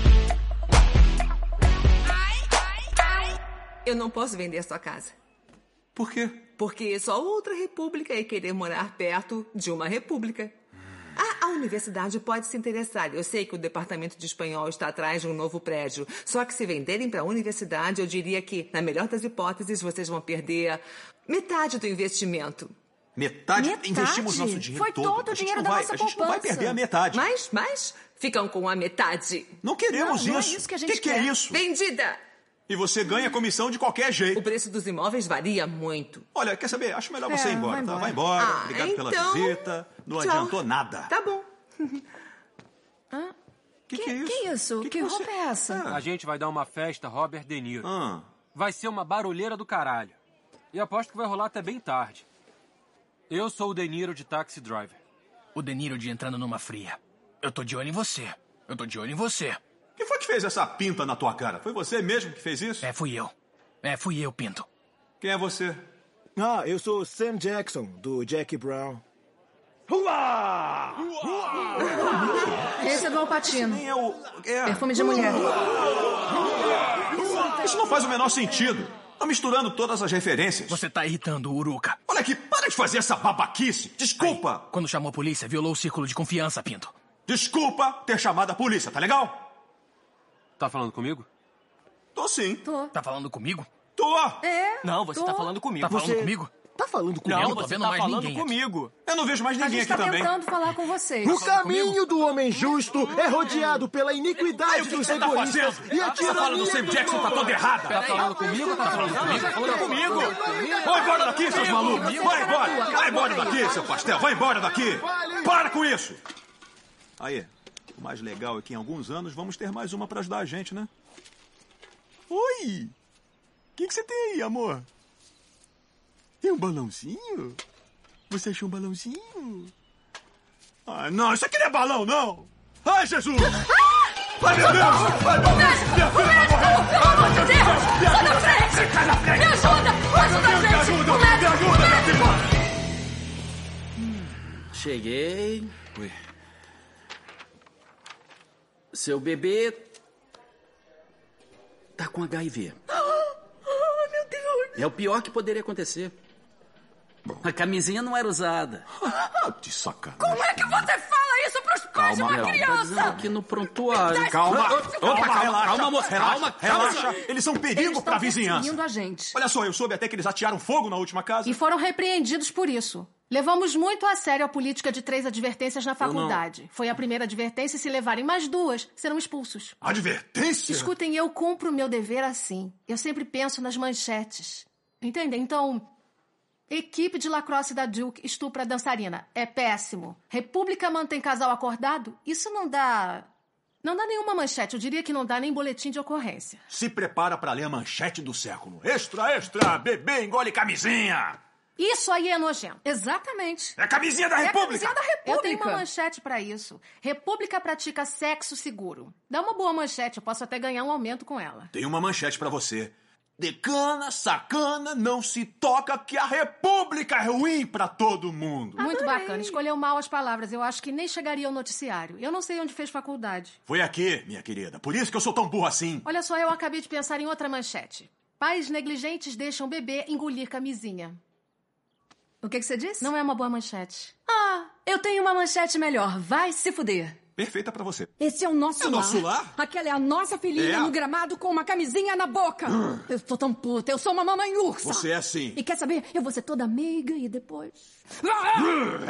Eu não posso vender sua casa. Por quê? Porque só outra república ia querer morar perto de uma república. Ah, a universidade pode se interessar. Eu sei que o departamento de espanhol está atrás de um novo prédio. Só que se venderem para a universidade, eu diria que, na melhor das hipóteses, vocês vão perder metade do investimento. Metade? Metade? Investimos nosso dinheiro Foi todo. todo o A gente dinheiro não da vai, nossa A gente não vai poupança. perder a metade. Mas, mas, ficam com a metade. Não queremos Não, não é isso. isso que a gente que, que é quer. isso? Vendida! E você ganha comissão de qualquer jeito. O preço dos imóveis varia muito. Olha, quer saber? Acho melhor você É, ir embora, vai tá? embora. Vai embora. Ah, Obrigado pela então, visita. Não tchau. adiantou nada. Tá bom. Hã? Que que, que é isso? Que isso? Que, Que que roupa você- é essa? A gente vai dar uma festa Robert De Niro. Ah, Vai ser uma barulheira do caralho. E aposto que vai rolar até bem tarde. Eu sou o De Niro de Taxi Driver. O De Niro de entrando numa fria. Eu tô de olho em você. Eu tô de olho em você. quem foi que fez essa pinta na tua cara? Foi você mesmo que fez isso? É, fui eu. É, fui eu, Pinto. Quem é você? Ah, eu sou Sam Jackson, do Jackie Brown. Uá! Esse é do Al Pacino. Nem é o... É. Perfume de mulher. Isso não faz o menor sentido. Tá misturando todas as referências. Você tá irritando o Uruca. Olha aqui, para de fazer essa babaquice. Desculpa. Aí, quando chamou a polícia, violou o círculo de confiança, Pinto. Desculpa ter chamado a polícia, tá legal? Tá falando comigo? Tô sim. Tô. Tá falando comigo? Tô. É? Não, você tô. tá falando comigo. Tá falando Você- comigo? Tá falando comigo? Não, Não, não tô você vendo tá mais falando ninguém aqui. comigo. Eu não vejo mais A ninguém gente aqui tá também. tentando falar com vocês. O caminho do homem justo é rodeado pela Ai, iniquidade o que dos você tá egoístas fazendo? e a Essa fala do tirania Sam do Jackson tá povo. toda errada. Tá falando comigo ou tá falando comigo? Tá falando comigo? Vai embora daqui, seus malucos. Vai embora. Vai embora daqui, seu pastel. Vai embora daqui. Para com isso. Aí, o mais legal é que em alguns anos vamos ter mais uma pra ajudar a gente, né? Oi. O que, que você tem aí, amor? Tem um balãozinho? Você achou um balãozinho? Ah, não, isso aqui não é balão, não! Ai, Jesus! Ai, meu Deus! Ai, meu Deus! Minha filha vai morrer! Pelo amor de Deus! Sai da frente! Cai na frente! Me ajuda! Me ajuda, Me gente! ajuda! O Me médico! ajuda, O minha médico! filha! Cheguei. Oi. Seu bebê tá com H I V. Oh, meu Deus! É o pior que poderia acontecer. A camisinha não era usada. De sacanagem. Como é que você fala isso pros pais de uma Tá criança? dizendo aqui no prontuário. Calma! Opa, Calma, calma, relaxa! calma, moça, relaxa, calma, relaxa! calma. Eles são um Eles perigo estão pra vizinhança! perseguindo a gente. Olha só, eu soube até que eles atearam fogo na última casa. E foram repreendidos por isso. Levamos muito a sério a política de três advertências na faculdade. Foi a primeira advertência e se levarem mais duas, serão expulsos. Advertência? Escutem, eu cumpro o meu dever assim. Eu sempre penso nas manchetes. Entendem? Então, equipe de lacrosse da Duke estupra dançarina. É péssimo. República mantém casal acordado? Isso não dá... Não dá nenhuma manchete. Eu diria que não dá nem boletim de ocorrência. Se prepara pra ler a manchete do século. Extra, extra! Bebê engole camisinha! Isso aí é nojento. Exatamente. É a camisinha da É a República! camisinha da República. Eu tenho República. uma manchete pra isso. República pratica sexo seguro. Dá uma boa manchete, eu posso até ganhar um aumento com ela. Tem uma manchete pra você. Decana, sacana, não se toca que a República é ruim pra todo mundo. Muito bacana. Escolheu mal as palavras. Eu acho que nem chegaria ao noticiário. Eu não sei onde fez faculdade. Foi aqui, minha querida. Por isso que eu sou tão burro assim. Olha só, eu acabei de pensar em outra manchete. Pais negligentes deixam o bebê engolir camisinha. O que, que você disse? Não é uma boa manchete. Ah, eu tenho uma manchete melhor. Vai se fuder. Perfeita pra você. Esse é o nosso É o lar. nosso lar? Aquela é a nossa filhinha É. no gramado com uma camisinha na boca. Eu tô tão puta, eu sou uma mamãe ursa. Você é assim. E quer saber? Eu vou ser toda meiga e depois...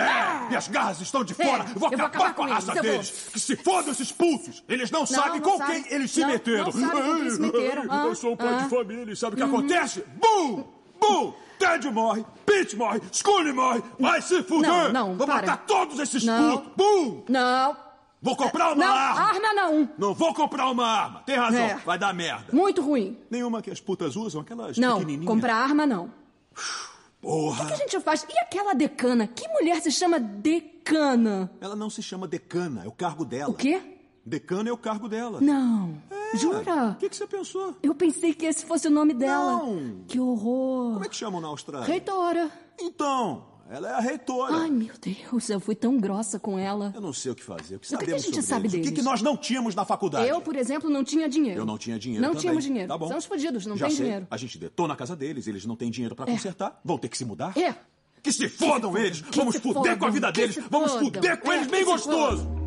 Minhas garras estão de fora. É, eu vou eu vou acabar, acabar com a com raça eles, eu deles. vou. Que se fodam esses pulsos. Eles não, Não, sabem não com sabe. quem eles se Não, meteram. não sabe com quem se meteram. Ah, eu sou um pai ah. de família. E sabe o que Uhum. acontece? Bum! Bum! Ted morre, Pete morre, Scully morre. Vai se fuder. Não, não, Vou para. matar todos esses Não. putos. Bum! Não. Vou comprar uma Não, arma. arma não. Não vou comprar uma arma. Tem razão. É. Vai dar merda. Muito ruim. Nenhuma que as putas usam, aquelas Não, pequenininhas. comprar arma não. Porra. O que a gente faz? E aquela decana? Que mulher se chama decana? Ela não se chama decana, é o cargo dela. O quê? Decana é o cargo dela. Não. É. Jura? O que, que você pensou? Eu pensei que esse fosse o nome dela. Não. Que horror. Como é que chamam na Austrália? Reitora. Então, ela é a reitora. Ai, meu Deus, eu fui tão grossa com ela. Eu não sei o que fazer. O que O que que a sabemos gente sobre sabe eles? O que, deles? que nós não tínhamos na faculdade? Eu, por exemplo, não tinha dinheiro. Eu não tinha dinheiro Não também. tínhamos dinheiro. Tá bom. São os fodidos, não Já tem sei. dinheiro. A gente detona a casa deles, eles não têm dinheiro pra É. consertar. Vão ter que se mudar. É. Que se fodam Que se eles. fodam, Vamos que se fuder com a fodam, vida que deles. se Vamos fodam. fuder com É, eles que bem se gostoso.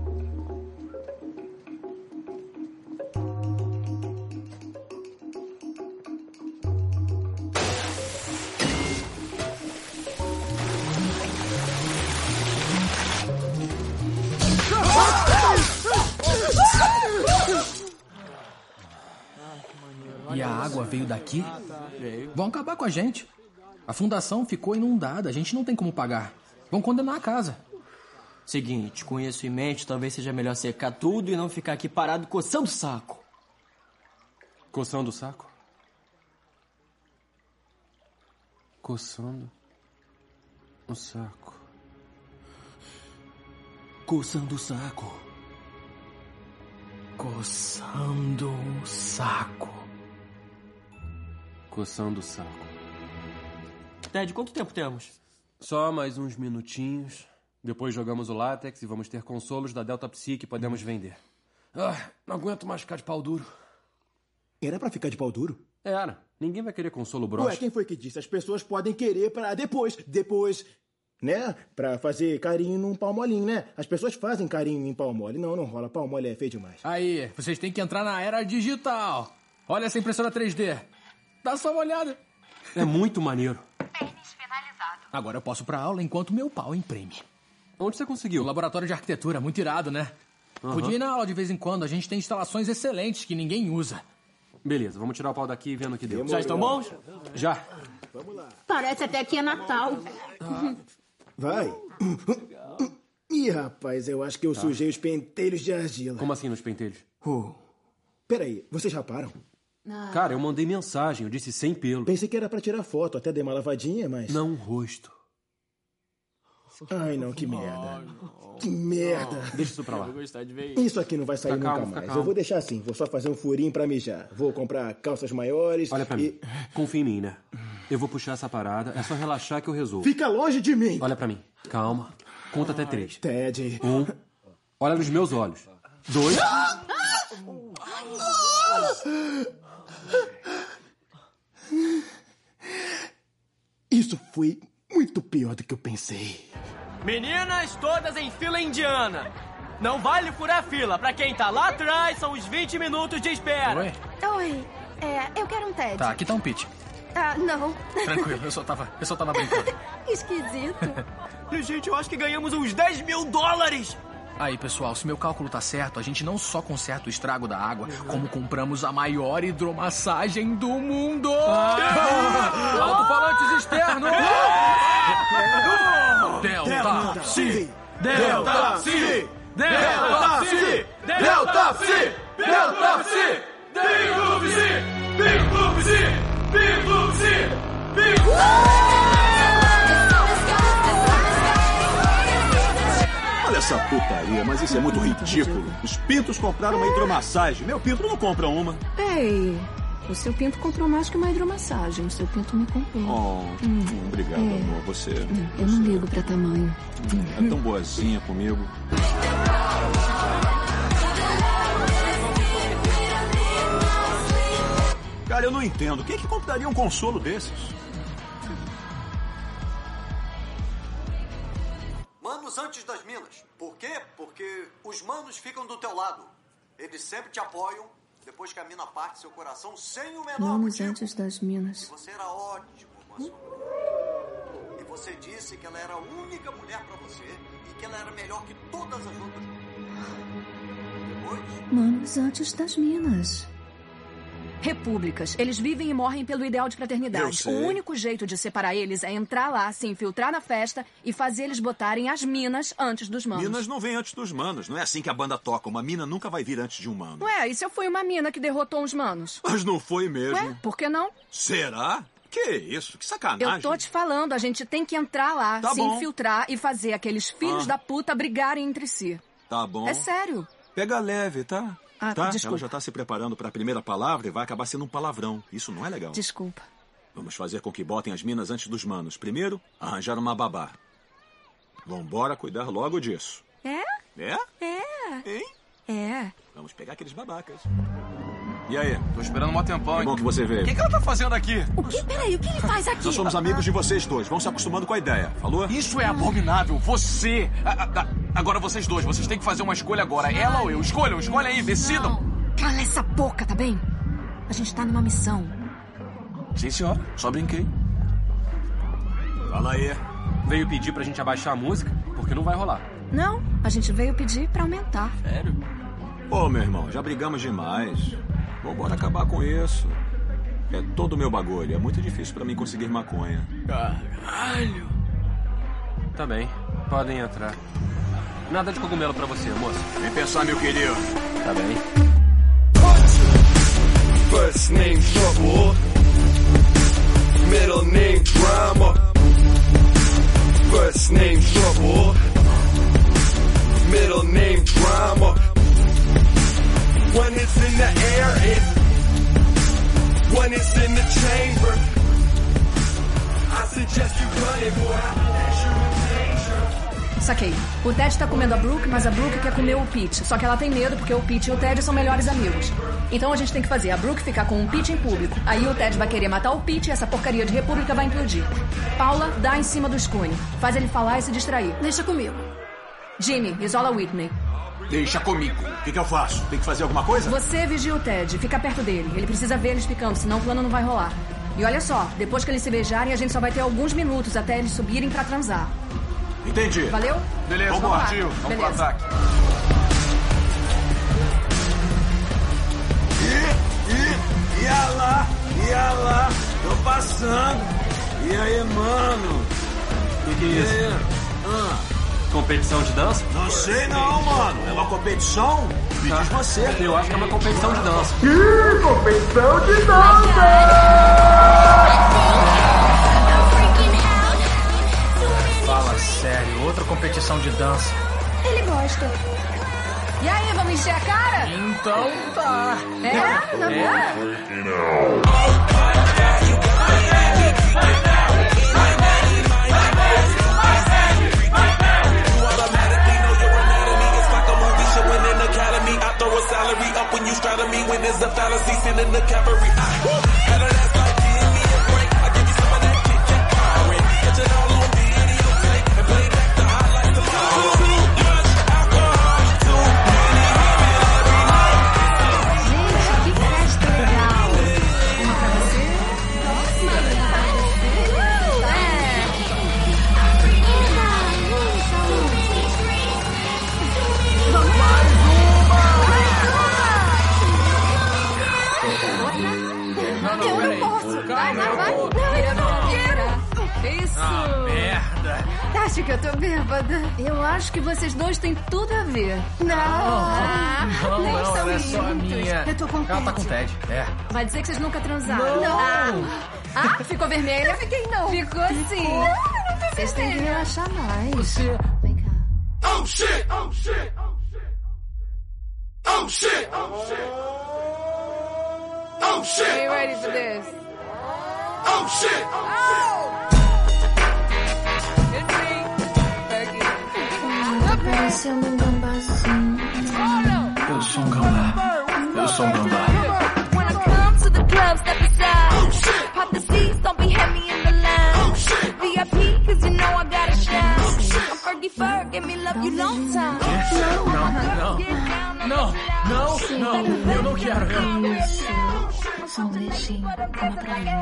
E a água veio daqui? Vão acabar com a gente. A fundação ficou inundada, a gente não tem como pagar. Vão condenar a casa. Seguinte, com isso em mente, talvez seja melhor secar tudo e não ficar aqui parado coçando o saco. Coçando o saco? Coçando o saco. Coçando o saco. Coçando o saco. Coçando o saco. Ted, quanto tempo temos? Só mais uns minutinhos. Depois jogamos o látex e vamos ter consolos da Delta Psi que podemos vender. Ah, não aguento mais ficar de pau duro. Era pra ficar de pau duro? Era. Ninguém vai querer consolo Ué, broche. quem foi que disse? As pessoas podem querer pra depois, depois, né? Pra fazer carinho num pau molinho, né? As pessoas fazem carinho em pau mole. Não, não rola. Pau mole é feio demais. Aí, vocês têm que entrar na era digital. Olha essa impressora três D. Dá só uma olhada. É muito maneiro. Agora eu posso ir pra aula enquanto meu pau imprime. Onde você conseguiu? No laboratório de arquitetura. Muito irado, né? Aham. Podia ir na aula de vez em quando. A gente tem instalações excelentes que ninguém usa. Beleza, vamos tirar o pau daqui e ver no que deu. Já estão bons? Já. Parece até que é Natal. Vai. Ih, rapaz, eu acho que eu Tá. sujei os pentelhos de argila. Como assim nos pentelhos? Oh. Peraí, vocês raparam? Cara, eu mandei mensagem, eu disse sem pelo. Pensei que era pra tirar foto, até dei uma lavadinha, mas... Não, rosto. Ai, não, que merda. Que merda. Deixa isso pra lá. Eu vou gostar de ver Isso aqui não vai sair Fica nunca calmo, fica mais. calmo. Eu vou deixar assim, vou só fazer um furinho pra mijar. Vou comprar calças maiores. Olha pra e... mim. Confia em mim, né? Eu vou puxar essa parada, é só relaxar que eu resolvo. Fica longe de mim! Olha pra mim. Calma. Conta até três. Ted. Um. Olha nos meus olhos. Dois. Isso foi muito pior do que eu pensei. Meninas todas em fila indiana. Não vale furar fila. Pra quem tá lá atrás, são os vinte minutos de espera. Oi? Oi, é, eu quero um Ted. Tá, aqui tá um pitch. Ah, não. Tranquilo, eu só tava, eu só tava brincando. Esquisito. Gente, eu acho que ganhamos uns dez mil dólares. Aí, pessoal, se meu cálculo tá certo, a gente não só conserta o estrago da água, como compramos a maior hidromassagem do mundo! Ah! Alto-falantes externos! Delta Psi! Delta Psi! Delta Psi! Delta Psi! Delta Psi! Bingo Psi! Bingo Psi! Bingo Psi! Bingo! Olha essa putaria, mas isso é muito ridículo. Os pintos compraram uma hidromassagem. Meu pinto não compra uma. Ei, o seu pinto comprou mais que uma hidromassagem. O seu pinto me comprou. Oh, Hum. obrigado, É. amor. Você Eu não ligo pra tamanho. é tão boazinha comigo. Cara, eu não entendo. Quem é que compraria um consolo desses? Manos antes das minas. Por quê? Porque os manos ficam do teu lado. Eles sempre te apoiam. Depois que a mina parte seu coração sem o menor Manos motivo. antes das minas. Você era ótimo com a sua mulher. E você disse que ela era a única mulher pra você e que ela era melhor que todas as outras. Depois... Manos antes das minas. Repúblicas. Eles vivem e morrem pelo ideal de Eu fraternidade. sei. O único jeito de separar eles é entrar lá, se infiltrar na festa e fazer eles botarem as minas antes dos manos. Minas não vêm antes dos manos. Não é assim que a banda toca. Uma mina nunca vai vir antes de um mano. Ué, e se eu fui uma mina que derrotou uns manos? Mas não foi mesmo. Ué, por que não? Será? Que isso? Que sacanagem. Eu tô te falando, a gente tem que entrar lá, Tá se bom. infiltrar e fazer aqueles filhos Ah. da puta brigarem entre si. Tá bom. É sério. Pega leve, tá? Ah, tá? desculpa. Ela já tá se preparando para a primeira palavra e vai acabar sendo um palavrão. Isso não é legal. Desculpa. Vamos fazer com que botem as minas antes dos manos. Primeiro, arranjar uma babá. Vambora cuidar logo disso. É? É? É. Hein? É. Vamos pegar aqueles babacas. E aí? Tô esperando um mó tempão. É bom que você veio. O que, que ela tá fazendo aqui? O que? Peraí, o que ele faz aqui? Nós somos amigos de vocês dois. Vão se acostumando com a ideia. Falou? Isso é abominável. Você... A- a- a- Agora vocês dois, vocês têm que fazer uma escolha agora. Ela ou eu. Escolham, escolhem aí, decidam. Cala essa boca, tá bem? A gente tá numa missão. Sim, senhora. Só brinquei. Fala aí. Veio pedir pra gente abaixar a música, porque não vai rolar. Não, a gente veio pedir pra aumentar. Sério? Ô, meu irmão, já brigamos demais. Vambora acabar com isso. É todo o meu bagulho. É muito difícil pra mim conseguir maconha. Caralho. Tá bem, podem entrar. Nada de cogumelo pra você, moço. Nem pensar, meu querido. Tá bem. First name Trouble, middle name Drama. First name Trouble, middle name Drama. When it's in the air, it. When it's in the chamber, I suggest you run it, boy. That's your danger. Saquei. O Ted tá comendo a Brooke, mas a Brooke quer comer o Pete. Só que ela tem medo porque o Pete e o Ted são melhores amigos. Então a gente tem que fazer a Brooke ficar com o Pete em público. Aí o Ted vai querer matar o Pete e essa porcaria de república vai implodir. Paula, dá em cima do Scoone. Faz ele falar e se distrair. Deixa comigo. Jimmy, isola Whitney. Deixa comigo. O que, que eu faço? Tem que fazer alguma coisa? Você vigia o Ted, fica perto dele. Ele precisa ver eles ficando, senão o plano não vai rolar. E olha só, depois que eles se beijarem, a gente só vai ter alguns minutos até eles subirem pra transar. Entendi. Valeu? Beleza, Vamos lá. partiu. Vamos Beleza. pro ataque. Ih, ih, ia lá, ia lá. Tô passando. E aí, mano? O que, que é isso? E aí? Ah, Competição de dança? não sei não, mano. É uma competição? Me diz você. Eu acho que é uma competição de dança. Ih, competição de dança! Fala sério, outra competição de dança. Ele gosta. E aí, vamos encher a cara? Então tá. É? Na boa? Gente, que festa legal. Uma pra você. Uma pra você. É. Vamos lá. Não, não, Eu não posso. Vai, vai, vai. eu tô- Não, eu não quero. Isso! Ah, merda. Acha que eu tô bêbada? Eu acho que vocês dois têm tudo a ver. Não. Ah, Não, nem não, são ela é só a juntos. minha. Eu tô com Ela tá Ted. com Ted, é. Vai dizer que vocês nunca transaram? Não. Ah, ah, ficou vermelha? Eu fiquei não. Ficou sim. Não, não tô Vocês têm que vermelha. relaxar mais. Você... Vem cá. Oh shit! Oh shit! Oh shit! Oh shit! Oh shit! Are you ready for this? Oh shit! Tá parecendo um gambazinho. Eu sou um gambá. Eu sou um gambá. When I come to the club, step aside. Pop the seats, don't be heavy in the line. V I P, cause you know I gotta shine. I'm Fergie Ferg, give me love you long time. Não, não, não, não, eu não quero. Eu... Isso. Só um beijinho. Uma pra mim.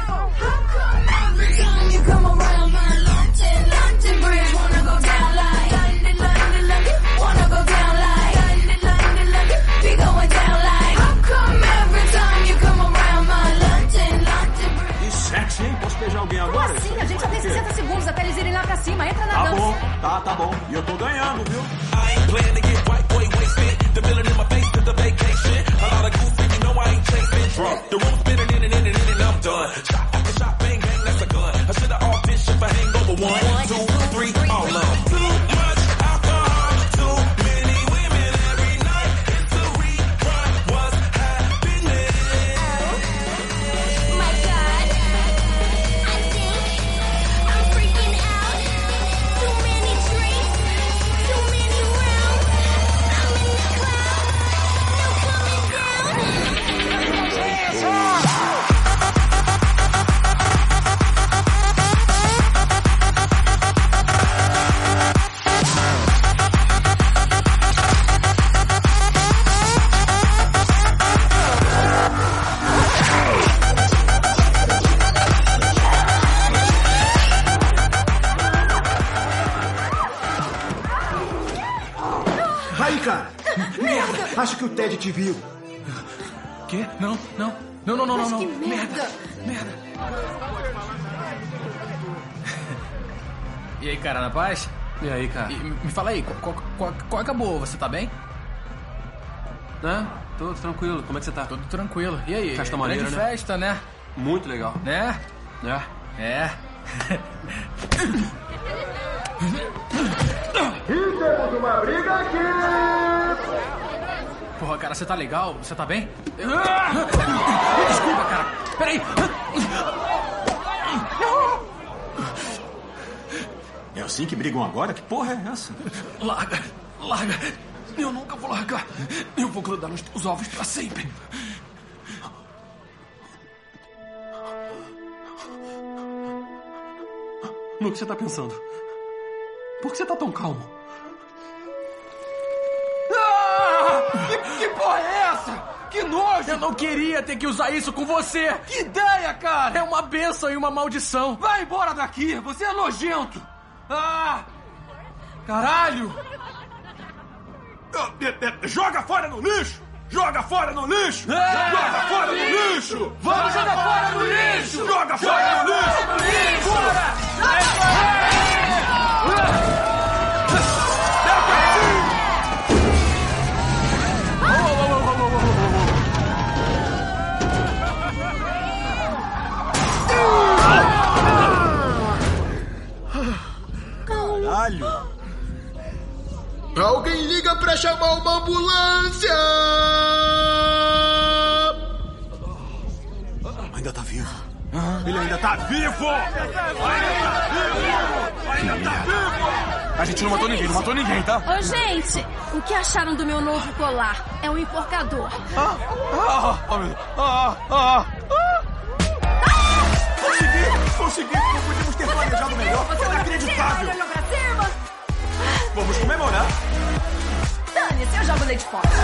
Every time you come around my London, London Bridge, wanna go down like entra na Tá dança. bom, tá, tá bom. E eu tô ganhando, viu? I ain't playing to get white boy wasted. The villain in my face to the vacation. A lot of goofy, you know I ain't chasing. Drunk. The room spinning in and in and in and I'm done. Shot after shot, bang, bang, that's a gun. I should have auditioned for Hangover one, two, three, all of them. Too much alcohol, too many women every night. It's a rerun. What's happening? My God, I think I'm freaking out. Too many drinks, too many rounds. I'm in the cloud, no coming down. Aí, cara. Merda. Acho que o Ted te viu. Quê? Não, não. Não, não, não, não. Mas não. que merda. Merda. E aí, cara, na paz? E aí, cara? E, me fala aí, qual, qual, qual, qual acabou? Você tá bem? Né? Tô tranquilo. Como é que você tá? Tudo tranquilo. E aí? Festa grande maneira, né? festa, né? Muito legal. Né? É. É. E temos uma briga aqui! Porra, cara, você tá legal? Você tá bem? Desculpa, cara. Peraí. É assim que brigam agora? Que porra é essa? Larga, larga. Eu nunca vou largar. Eu vou grudar nos teus ovos pra sempre. No que você tá pensando? Por que você tá tão calmo? Ah! Que, que porra é essa? Que nojo! Eu não queria ter que usar isso com você! Que ideia, cara! É uma bênção e uma maldição! Vai embora daqui! Você é nojento! Ah! Caralho! Joga fora no lixo! Joga fora no lixo! É! Joga fora no lixo! Vamos jogar fora no lixo! Joga fora no lixo! No lixo! Fora! Caralho! Alguém liga pra chamar uma ambulância! Ainda tá vivo. Ele ainda tá vivo! Ainda tá vivo! Ainda tá vivo! A gente não matou ninguém, não matou ninguém, tá? Ô, gente, o que acharam do meu novo colar? É um enforcador. Ah! Ah! Oh, meu Deus! Ah! Ah! Consegui! Consegui! Não podíamos ter planejado melhor! Foi inacreditável! Olha pra cima! Vamos comemorar! Dane-se, eu jogo leite fora.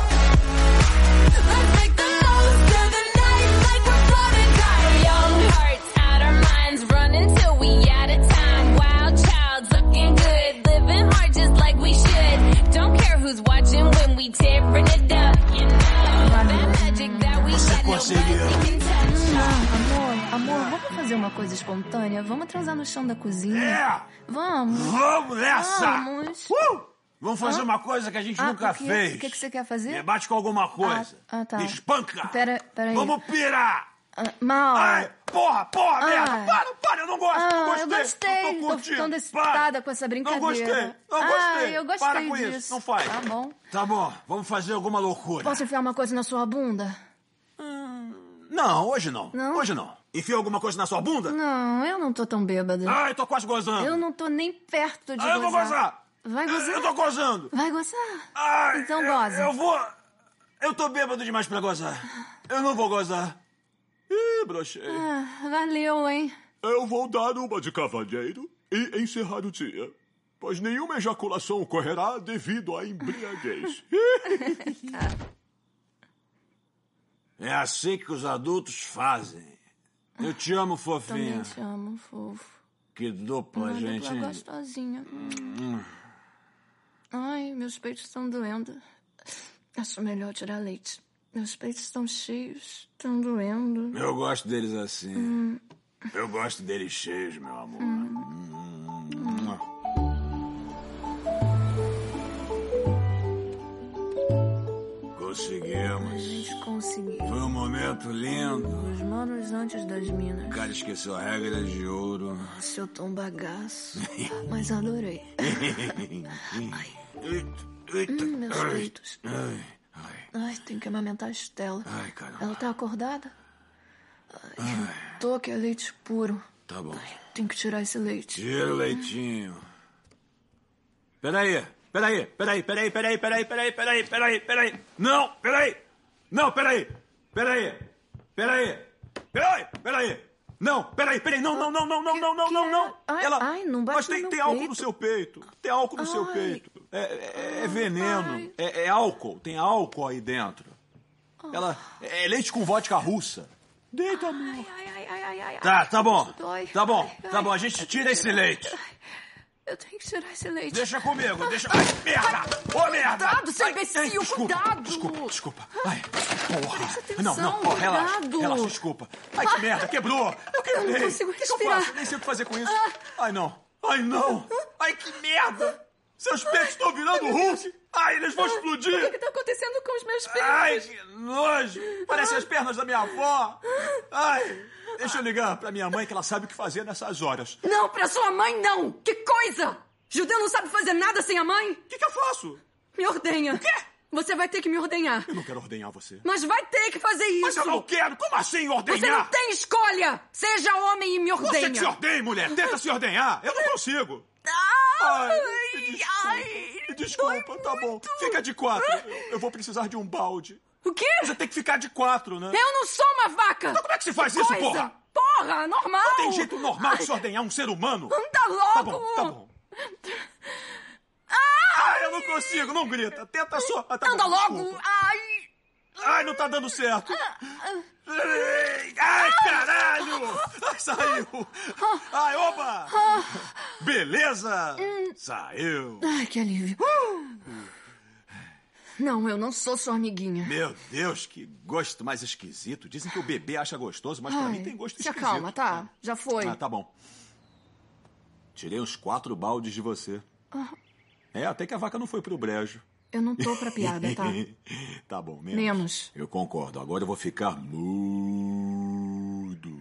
Você conseguiu! Amor, amor, vamos fazer uma coisa espontânea? Vamos transar no chão da cozinha? É! Vamos! Vamos nessa! Vamos! Uh! Vamos fazer Ah? uma coisa que a gente Ah, nunca o quê? fez. O que, que você quer fazer? Me bate com alguma coisa. Ah, ah, tá. Me espanca. Pera, pera aí. Vamos pirar. Ah, mal. Ai, porra, porra, Ai. merda. Para, para, eu não gosto. Ah, não gostei. eu gostei. Não tô Tô curtindo. ficando Para. excitada com essa brincadeira. Não gostei. Não Ah, gostei. eu gostei Para com disso. isso. Não faz. Tá bom. Tá bom, vamos fazer alguma loucura. Posso enfiar uma coisa na sua bunda? Não, hoje não. Não? Hoje não. Enfia alguma coisa na sua bunda? Não, eu não tô tão bêbada. Ai, tô quase gozando. Eu não tô nem perto de Ah, eu vou gozar. Vai gozar? Eu tô gozando. Vai gozar? Ai, Então eu- goza. Eu vou... Eu tô bêbado demais pra gozar. Eu não vou gozar. Ih, brochei. Ah, valeu, hein? Eu vou dar uma de cavalheiro e encerrar o dia, pois nenhuma ejaculação ocorrerá devido à embriaguez. É assim que os adultos fazem. Eu te amo, fofinha. Também te amo, fofo. Que dupla, Uma gente. dupla gostosinha. Hum. Ai, meus peitos estão doendo. Acho melhor tirar leite. Meus peitos estão cheios, estão doendo. Eu gosto deles assim. Hum. Eu gosto deles cheios, meu amor. Hum. Conseguimos. A gente conseguiu. Foi um momento lindo. Os manos antes das minas. O cara esqueceu a regra de ouro. Nossa, eu tô um bagaço. Mas adorei. Eita. Hum, meus Ai. peitos. Ai, ai. Ai, tem que amamentar a Estela. Ai, caramba. Ela tá acordada? Ai, tô que é leite puro. Tá bom. Tem que tirar esse leite. Tira o leitinho. Peraí, peraí, peraí, peraí, peraí, peraí, peraí, peraí, peraí, peraí. Não, peraí. Não, peraí. Peraí. Peraí. Peraí, peraí. Não, peraí, peraí. Não, não, não, não, não, não, não, não, não. Ai, Ela... ai, não bate Mas tem, no meu tem álcool peito. no seu peito. Tem álcool no seu Ai. peito. É, é, é veneno. É, é álcool. Tem álcool aí dentro. Ela... É leite com vodka russa. Deita, amor. Ai, ai, ai, ai. Tá, tá bom. Isso dói. Tá bom, Ai, tá ai. bom. A gente tira esse leite. Eu tenho que tirar esse leite. Deixa comigo, deixa... Ai, merda! Ô, merda! Cuidado, seu Ai, imbecil, ai, desculpa, cuidado! Desculpa, desculpa. Ai, porra. Presta atenção, Não, não, porra, relaxa. cuidado. Relaxa, desculpa. Ai, que merda, quebrou. Eu quebrei. Eu não consigo O que que eu respirar. faço? Nem sei o que fazer com isso. Ai, não. Ai, não. Ai, que merda. Seus peitos estão virando Hulk. Ai, eles vão explodir. O que, que tá acontecendo com os meus peitos? Ai, que nojo. Parecem as pernas da minha avó. Ai, deixa eu ligar pra minha mãe que ela sabe o que fazer nessas horas. Não, pra sua mãe não! Que coisa! Judeu não sabe fazer nada sem a mãe? O que, que eu faço? Me ordenha. O quê? Você vai ter que me ordenhar. Eu não quero ordenhar você. Mas vai ter que fazer isso. Mas eu não quero. Como assim ordenhar? Você não tem escolha. Seja homem e me ordenha. Você que se ordenha, mulher. Tenta se ordenhar. Eu não consigo. Ai, me desculpa. ai, Me desculpa, tá bom. Fica de quatro. Eu, eu vou precisar de um balde. O quê? Você tem que ficar de quatro, né? Eu não sou uma vaca. Então como é que se faz Que isso, coisa? porra? Porra, normal. Não tem jeito normal de se ordenhar um ser humano. Anda logo. Tá bom, tá bom. Ai, eu não consigo. Não grita. Tenta só. Ah, tá Anda bom, logo. desculpa. Ai. Ai, não tá dando certo. Ai, caralho! Ai, saiu! Ai, oba! Beleza! Saiu! Ai, que alívio. Não, eu não sou sua amiguinha. Meu Deus, que gosto mais esquisito. Dizem que o bebê acha gostoso, mas pra Ai, mim tem gosto se esquisito. acalma, tá? Já foi. Ah, tá bom. Tirei uns quatro baldes de você. Ah, É, até que a vaca não foi pro brejo. eu não tô pra piada, tá? Tá bom, menos. Menos. Eu concordo. Agora eu vou ficar mudo.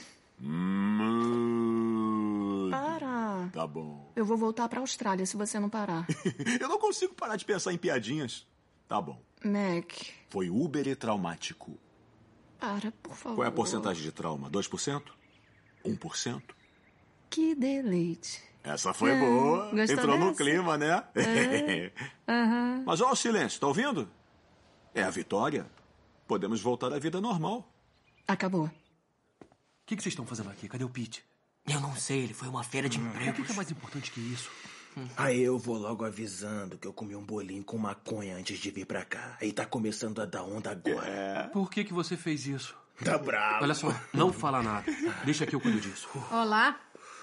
Mudo. Para. Tá bom. Eu vou voltar pra Austrália se você não parar. Eu não consigo parar de pensar em piadinhas. Tá bom. Mac, Foi Uber e traumático. para, por favor. Qual é a porcentagem de trauma? dois por cento? um por cento? Que deleite. Essa foi Ah, boa. gostou Entrou no dessa? clima, né? É. Aham. Mas olha o silêncio, tá ouvindo? É a vitória. Podemos voltar à vida normal. Acabou. O que, que vocês estão fazendo aqui? Cadê o Pete? Eu não sei, ele foi uma feira de O empregos. que, que é mais importante que isso? Aí eu vou logo avisando que eu comi um bolinho com maconha antes de vir pra cá. Aí tá começando a dar onda agora. Por que, que você fez isso? Tá bravo. Olha só, não fala nada. Deixa que eu cuido disso. Olá.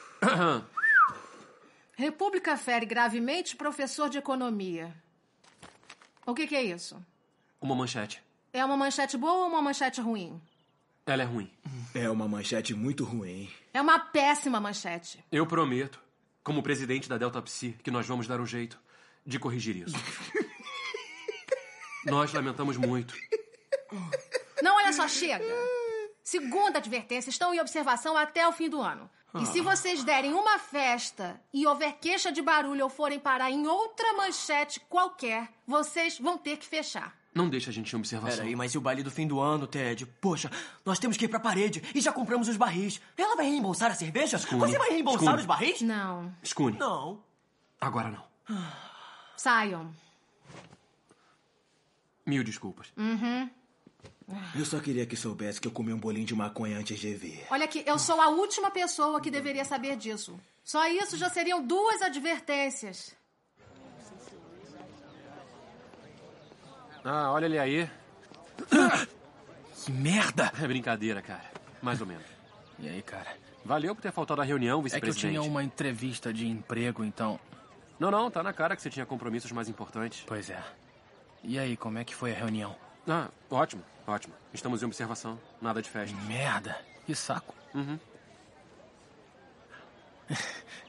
República fere gravemente professor de economia. O que, que é isso? Uma manchete. É uma manchete boa ou uma manchete ruim? Ela é ruim. É uma manchete muito ruim. É uma péssima manchete. Eu prometo, como presidente da Delta Psi, que nós vamos dar um jeito de corrigir isso. Nós lamentamos muito. Não, olha só, chega. Segunda advertência, estão em observação até o fim do ano. E se vocês derem uma festa e houver queixa de barulho ou forem parar em outra manchete qualquer, vocês vão ter que fechar. Não deixa a gente em observação. Peraí, mas e o baile do fim do ano, Ted? Poxa, nós temos que ir pra parede e já compramos os barris. Ela vai reembolsar a cerveja? Scooby. Você vai reembolsar Scooby. os barris? Não. Scooby. Não. Agora não. Saiam. Mil desculpas. Uhum. Eu só queria que soubesse que eu comi um bolinho de maconha antes de vir. Olha aqui, eu sou a última pessoa que deveria saber disso. Só isso já seriam duas advertências. Ah, olha ele aí. Que merda! É brincadeira, cara. Mais ou menos. E aí, cara? Valeu por ter faltado à reunião, É que eu vice-presidente. tinha uma entrevista de emprego, então... Não, não, tá na cara que você tinha compromissos mais importantes. Pois é. E aí, como é que foi a reunião? Ah, ótimo, ótimo. Estamos em observação. Nada de festa. Merda. Que saco. Uhum.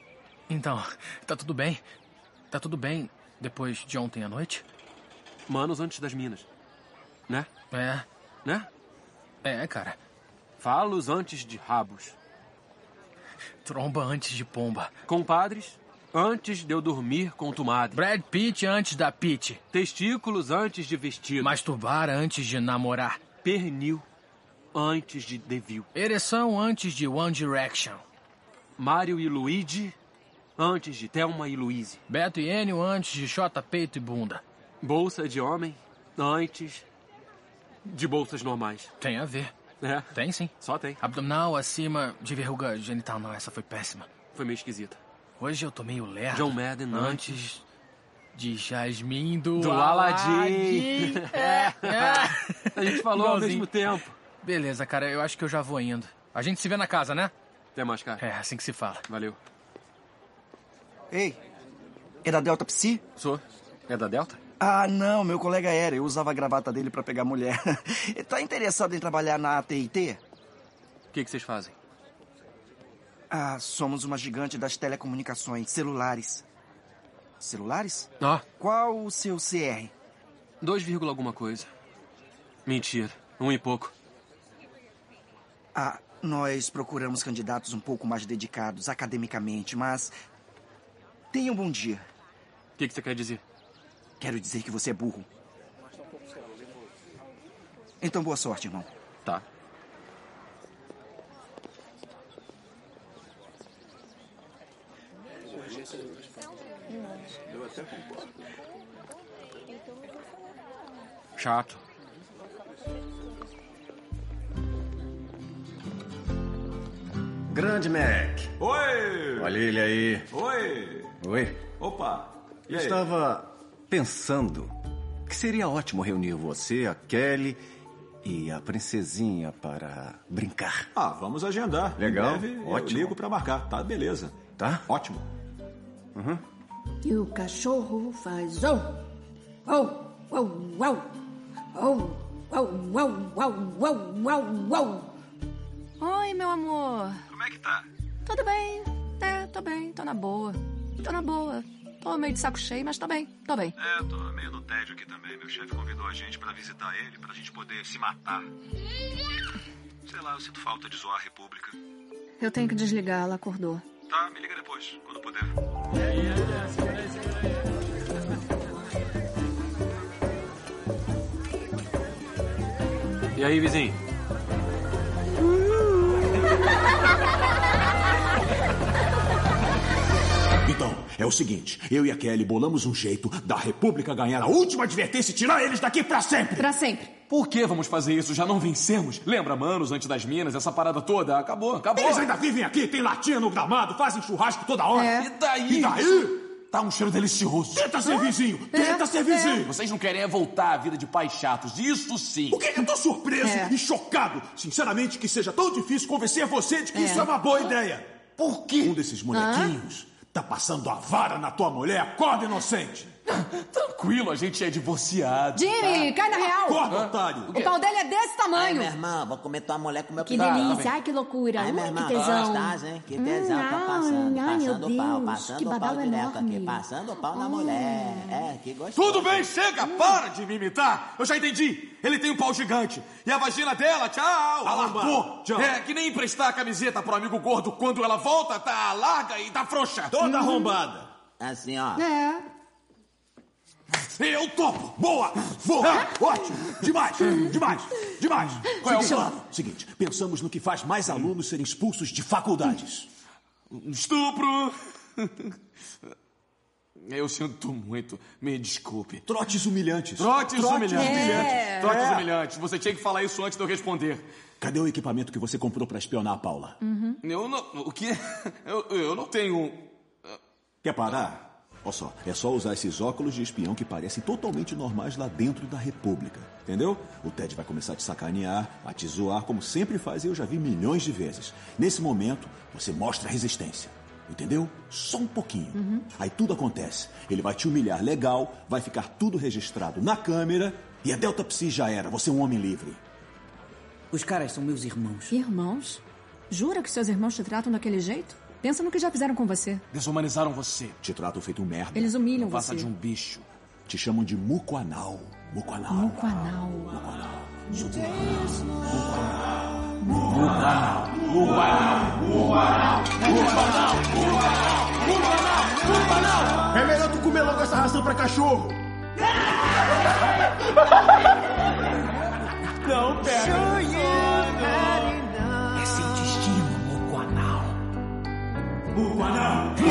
Então, tá tudo bem? Tá tudo bem depois de ontem à noite? Manos antes das minas. Né? É. Né? É, cara. Falos antes de rabos. Tromba antes de pomba. Compadres antes de eu dormir com tu madre. Brad Pitt antes da Pitt. Testículos antes de vestido. Masturbar antes de namorar. Pernil antes de Devil. Ereção antes de One Direction. Mário e Luigi antes de Thelma e Louise. Beto e Enio antes de Xota, Peito e Bunda. Bolsa de homem antes de bolsas normais. Tem a ver. É. Tem sim. Só tem. Abdominal acima de verruga genital. Não, essa foi péssima. Foi meio esquisita. Hoje eu tô meio lerdo. John Madden antes de Jasmine do, do Aladdin. É. É. A gente falou Igualzinho. ao mesmo tempo. Beleza, cara. Eu acho que eu já vou indo. A gente se vê na casa, né? Até mais, cara. É, assim que se fala. Valeu. Ei, é da Delta Psi? Sou. É da Delta? Ah, não, meu colega era. Eu usava a gravata dele pra pegar mulher. Tá interessado em trabalhar na A T e T? O que, que vocês fazem? Ah, somos uma gigante das telecomunicações, celulares. Celulares? Ah. Qual o seu C R? Dois vírgula alguma coisa. Mentira. Um e pouco. Ah, nós procuramos candidatos um pouco mais dedicados academicamente, mas... Tenha um bom dia. O que, que você quer dizer? Quero dizer que você é burro. Então, boa sorte, irmão. Tá. Eu até concordo. Chato. Grande Mac. Oi! Olha ele aí. Oi! Oi. Opa! E Eu aí? estava pensando que seria ótimo reunir você, a Kelly e a princesinha para brincar. Ah, vamos agendar. Legal, Em breve, ótimo. Eu ligo pra marcar, tá? Beleza. Tá? Ótimo. Uhum. E o cachorro faz ou, ou, ou, ou, ou, ou, ou, ou, ou, ou, ou. Oi, meu amor. Como é que tá? Tudo bem? É, tô bem, tô na boa. Tô na boa. Tô meio de saco cheio, mas tô bem, tô bem. É, tô meio no tédio aqui também. Meu chefe convidou a gente pra visitar ele, pra gente poder se matar. Sei lá, eu sinto falta de zoar a República. Eu tenho que desligar, ela acordou. Tá, me liga depois, quando puder. E aí, vizinho? Então, é o seguinte, eu e a Kelly bolamos um jeito da República ganhar a última advertência e tirar eles daqui pra sempre. Pra sempre. Por que vamos fazer isso? Já não vencemos? Lembra, manos, antes das minas, essa parada toda? Acabou, acabou. Eles ainda vivem aqui, tem latinha no gramado, fazem churrasco toda hora. É. E daí? E daí? Tá um cheiro delicioso. Tenta ser vizinho, tenta ser vizinho. Vocês não querem é voltar à vida de pais chatos, isso sim. O quê? Eu tô surpreso É. e chocado. Sinceramente, que seja tão difícil convencer você de que É. isso é uma boa ideia. Por quê? Um desses molequinhos tá passando a vara na tua mulher. Acorda, inocente. Tranquilo, a gente é divorciado. Jimmy, cai na real. Acorda, otário. O pau dele é desse Ai, tamanho. minha irmã, vou comer tua mulher com meu Que pau. delícia, ai que loucura. Ai, minha Ui, irmã, que tesão. gostosa, hein? Que tesão, Hum, tá passando, ai, meu passando o pau, Deus, passando que o pau babau direto enorme. aqui, passando o pau na mulher. É, que gostoso. Tudo bem, chega, para de me imitar. Eu já entendi. Ele tem um pau gigante. E a vagina dela, tchau. Alambou, tchau. É que nem emprestar a camiseta pro amigo gordo quando ela volta, tá larga e tá frouxa. Toda arrombada. Assim, ó. É. Eu topo! Boa! Vou! Ótimo! Demais! Demais! Demais! Qual é o Seguinte, plano? Seguinte, pensamos no que faz mais alunos serem expulsos de faculdades. Estupro. Eu sinto muito. Me desculpe. Trotes humilhantes. Trotes, humilhantes. É. Trotes É. humilhantes. Você tinha que falar isso antes de eu responder. Cadê o equipamento que você comprou pra espionar a Paula? Eu não... O quê? Eu, eu não tenho... Quer parar? Olha só, é só usar esses óculos de espião que parecem totalmente normais lá dentro da República. Entendeu? O Ted vai começar a te sacanear, a te zoar, como sempre faz e eu já vi milhões de vezes. Nesse momento, você mostra resistência. Entendeu? Só um pouquinho. Aí tudo acontece. Ele vai te humilhar legal, vai ficar tudo registrado na câmera e a Delta Psi já era. Você é um homem livre. Os caras são meus irmãos. Irmãos? Jura que seus irmãos te tratam daquele jeito? Pensa no que já fizeram com você. Desumanizaram você. Te tratam feito um merda. Eles humilham Não passa você. de um bicho. Te chamam de mucoanal. Mucoanal. Mucoanal. Mucoanal. Mucoanal. Mucoanal. Mucoanal. É melhor tu comer logo essa ração pra cachorro. Não pega. É seu destino, Mucoanal. Mucoanal.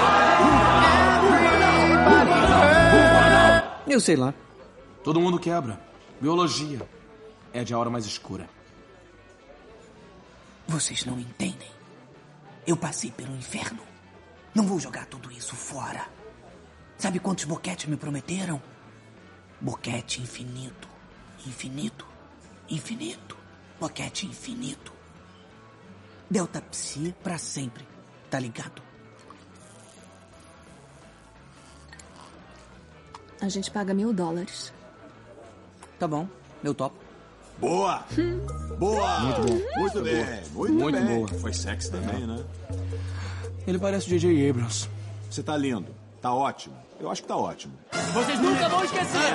Eu sei lá. Todo mundo quebra. Biologia é de a hora mais escura. Vocês não entendem. Eu passei pelo inferno. Não vou jogar tudo isso fora. Sabe quantos boquetes me prometeram? Boquete infinito. Infinito. Infinito. Boquete infinito. Delta Psi pra sempre. Tá ligado? A gente paga mil dólares. Tá bom, eu topo. Boa! Boa! Muito bom. Muito bem. Muito, Muito bem. boa. Foi sexy também, né? Ele parece J J Abrams. Você tá lindo. Tá ótimo. Eu acho que tá ótimo. Vocês nunca vão esquecer.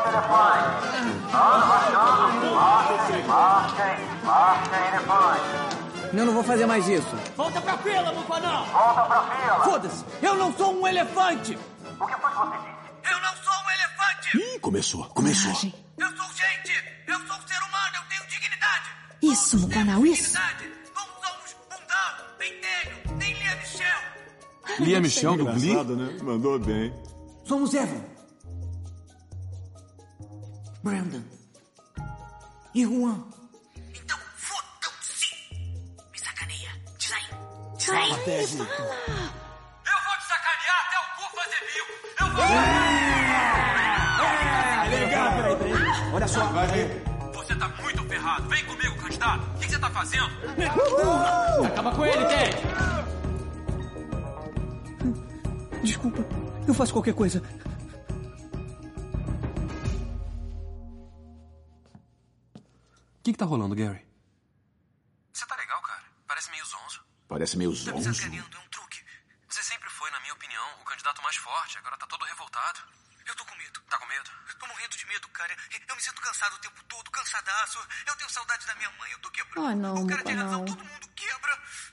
Eu não vou fazer mais isso. Volta pra fila, Mucoanal. Volta pra fila. Foda-se, eu não sou um elefante. O que foi que você disse? Eu não sou um elefante. Ih, começou. Começou. Eu sou gente. Eu sou um ser humano. Eu tenho dignidade. Isso, Mucoanal, isso. Não somos bundão, pentelho, nem Lia Michel. Lia Michel do Glee? Engraçado, né? Mandou bem. Somos Evan, Brandon e Juan. Então fodam-se. Me sacaneia. Diz aí. Diz aí. Estratégia. Eu vou te sacanear até o cu fazer mil. Eu vou... É, legal, peraí, peraí. Olha só. Vai ver. Você tá muito ferrado. Vem comigo, candidato. O que você tá fazendo? Acaba com ele, Ted. Desculpa, eu faço qualquer coisa. O que que tá rolando, Gary? Você tá legal, cara. Parece meio zonzo. Parece meio Tá me zonzo. sacaneando, é um truque. Você sempre foi, na minha opinião, o candidato mais forte. Agora tá todo revoltado. Eu tô com medo. Tá com medo? Eu tô morrendo de medo, cara. Eu me sinto cansado o tempo todo, cansadaço. Eu tenho saudade da minha mãe, eu tô quebrando. Ah, não, o cara tem razão, Mucoanal. todo mundo quebra.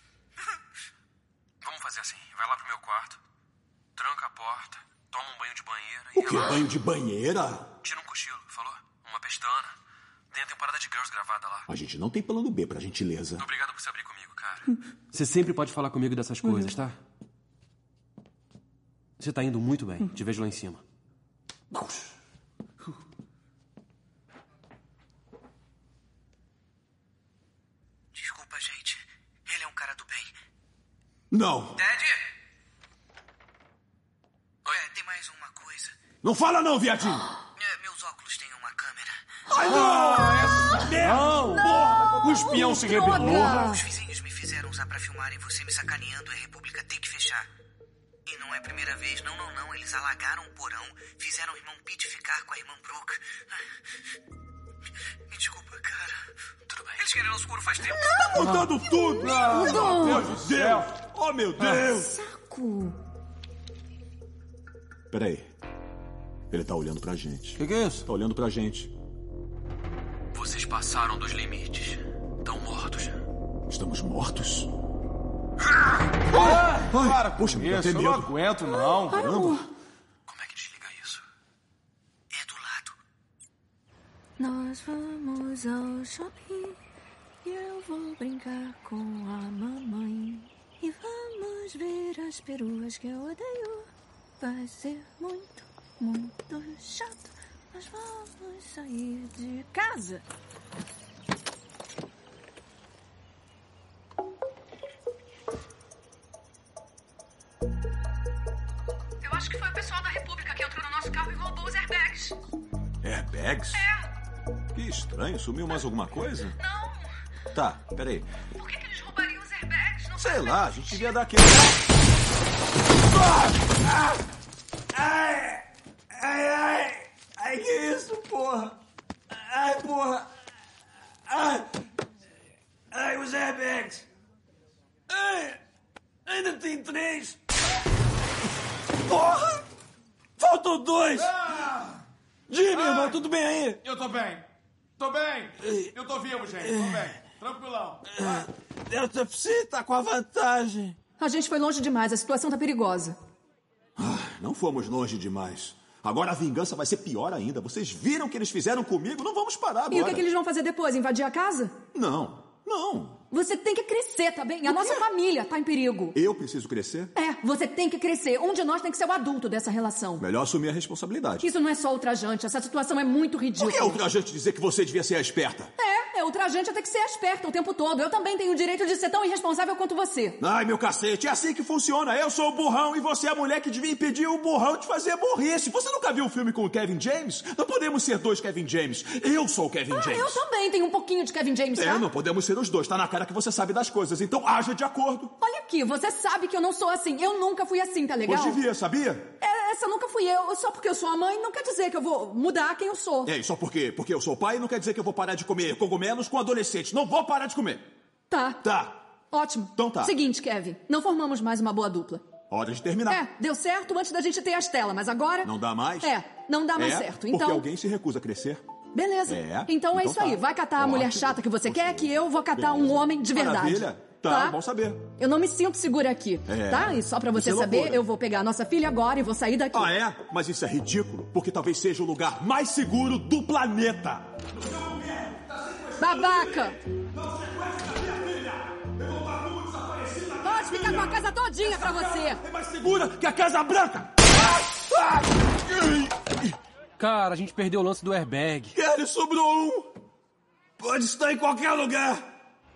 Vamos fazer assim. Vai lá pro meu quarto, tranca a porta, toma um banho de banheira e O que? relaxa. Banho de banheira? Tira um cochilo, falou? Uma pestana. Tem a temporada de Girls gravada lá. A gente não tem plano B, pra gentileza. Obrigado por se abrir comigo, cara. Você sempre pode falar comigo dessas coisas, tá? Você tá indo muito bem. Te vejo lá em cima. Desculpa, gente. Ele é um cara do bem. Não. Ted? É, tem mais uma coisa. Não fala não, viadinho. É, meus óculos têm uma câmera. Ai, não! Essa merda! Não! Porra! O espião se rebelou. Os vizinhos me fizeram usar pra filmarem você me sacaneando e a República tem que fechar. E não é a primeira vez, não, não, não. Eles alagaram o porão, fizeram o irmão Pete ficar com a irmã Brooke. Me desculpa, cara. Tudo bem. Eles querem nosso couro faz tempo. Tá montando tudo! Não. Meu Deus do céu! Oh, meu Deus! Saco. Peraí. Ele tá olhando pra gente. O que, que é isso? Tá olhando pra gente. Vocês passaram dos limites. Estão mortos. Estamos mortos? Ah, para com Poxa, me deu isso. até Eu não medo. aguento, não. Caramba. Como é que desliga isso? É do lado. Nós vamos ao shopping e eu vou brincar com a mamãe. E vamos ver as peruas que eu odeio. Vai ser muito, muito chato. Nós vamos sair de casa. Eu acho que foi o pessoal da República que entrou no nosso carro e roubou os airbags. Airbags? É. Que estranho. Sumiu mais alguma coisa? Não. Tá, peraí. Por que, que eles roubariam os airbags? Não Sei faz lá, a sentido. gente devia dar aquele... Ah! Ai! Ai, ai! Ai, que isso, porra? Ai, porra! Ai! Ai, os airbags! Ai! Ainda Faltam dois! Jimmy, Ah! irmão, tudo bem aí? Eu tô bem. Tô bem. Eu tô vivo, gente. Tô bem. Tranquilão. Delta Psi tá com a vantagem. A gente foi longe demais, a situação tá perigosa. Não fomos longe demais. Agora a vingança vai ser pior ainda. Vocês viram o que eles fizeram comigo? Não vamos parar agora. E o que, é que eles vão fazer depois? Invadir a casa? Não, não. Você tem que crescer, tá bem? A nossa família tá em perigo. Eu preciso crescer? É, você tem que crescer. Um de nós tem que ser o adulto dessa relação. Melhor assumir a responsabilidade. Isso não é só ultrajante, essa situação é muito ridícula. Por que é ultrajante dizer que você devia ser a esperta? É, é ultrajante até que ser esperta o tempo todo. Eu também tenho o direito de ser tão irresponsável quanto você. Ai, meu cacete, é assim que funciona. Eu sou o burrão e você é a mulher que devia impedir o burrão de fazer burrice. Você nunca viu o filme com o Kevin James? Não podemos ser dois Kevin James. Eu sou o Kevin Ah, James. eu também tenho um pouquinho de Kevin James, tá? É, não podemos ser os dois. Tá na cara que você sabe das coisas. Então haja de acordo. Olha aqui, você sabe que eu não sou assim. Eu nunca fui assim, tá legal? Pois devia, sabia? É, essa nunca fui eu. Só porque eu sou a mãe não quer dizer que eu vou mudar quem eu sou. É, e só porque, porque eu sou pai não quer dizer que eu vou parar de comer cogumelos com adolescentes. Não vou parar de comer. Tá. Tá. Ótimo. Então tá. Seguinte, Kevin. Não formamos mais uma boa dupla. Hora de terminar. É, deu certo antes da gente ter as telas, mas agora... Não dá mais? É, não dá mais É, certo. Porque Então... alguém se recusa a crescer. Beleza. É, Então, é então isso tá. aí. Vai catar a mulher Ótimo. chata que você quer, que eu vou catar um homem de verdade. Maravilha. Tá, bom saber. Eu não me sinto segura aqui, É. tá? E só pra você Isso é saber, loucura. eu vou pegar a nossa filha agora e vou sair daqui. Ah, é? Mas isso é ridículo, porque talvez seja o lugar mais seguro do planeta. Babaca! Pode ficar com a casa todinha pra você. É mais segura que a Casa Branca. Cara, a gente perdeu o lance do airbag. Kelly, sobrou um. Pode estar em qualquer lugar.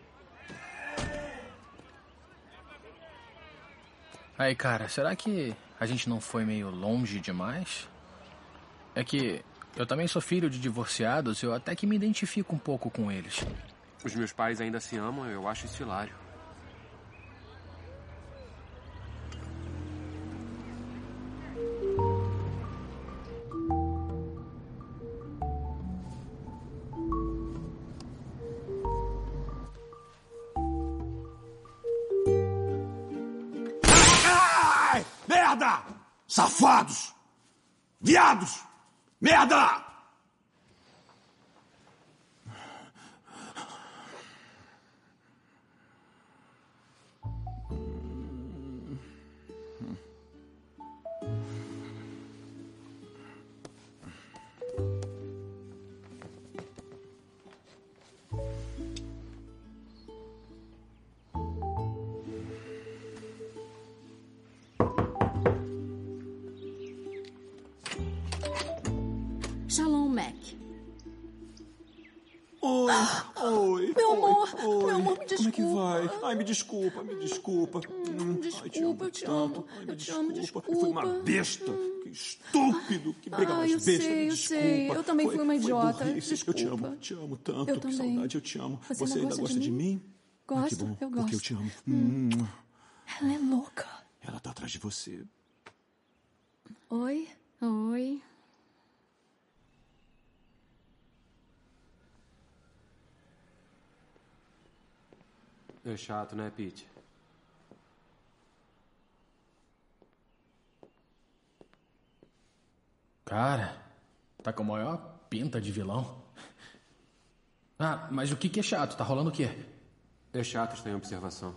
Aí, cara, será que a gente não foi meio longe demais? É que eu também sou filho de divorciados, eu até que me identifico um pouco com eles. Os meus pais ainda se amam, eu acho isso hilário. Ai! Merda! Safados! Viados! Merda! Shalom, Mac. Oi, oi. Meu oi, amor, oi. meu amor, me Como é que desculpa. vai? Ai, me desculpa, me desculpa. Hum, Desculpa, eu te amo. Eu te amo, desculpa. Eu fui uma besta. Que estúpido. Que briga Ah, mais eu besta. sei, me eu desculpa. sei. Eu também Foi- fui uma foi idiota. burrice. Eu te Desculpa. amo, te amo tanto. Eu Que também. saudade, eu te amo. Você ainda ainda gosta gosta de de mim? mim? Ah, que Gosto, bom, eu porque eu gosto. te amo. Hum. Hum. Ela é louca. Ela tá atrás de você. Oi? Oi? É chato, né, Pete? Cara, tá com a maior pinta de vilão. Ah, mas o que que é chato? Tá rolando o quê? É chato estar em observação.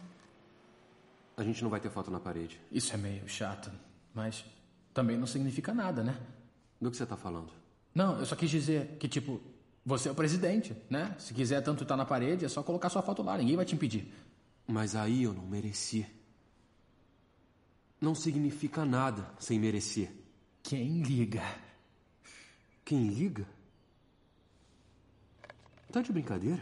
A gente não vai ter foto na parede. Isso é meio chato, mas também não significa nada, né? Do que você tá falando? Não, eu só quis dizer que, tipo, você é o presidente, né? Se quiser tanto estar na parede, é só colocar sua foto lá, ninguém vai te impedir. Mas aí eu não mereci. Não significa nada sem merecer. Quem liga? Quem liga? Tá de brincadeira?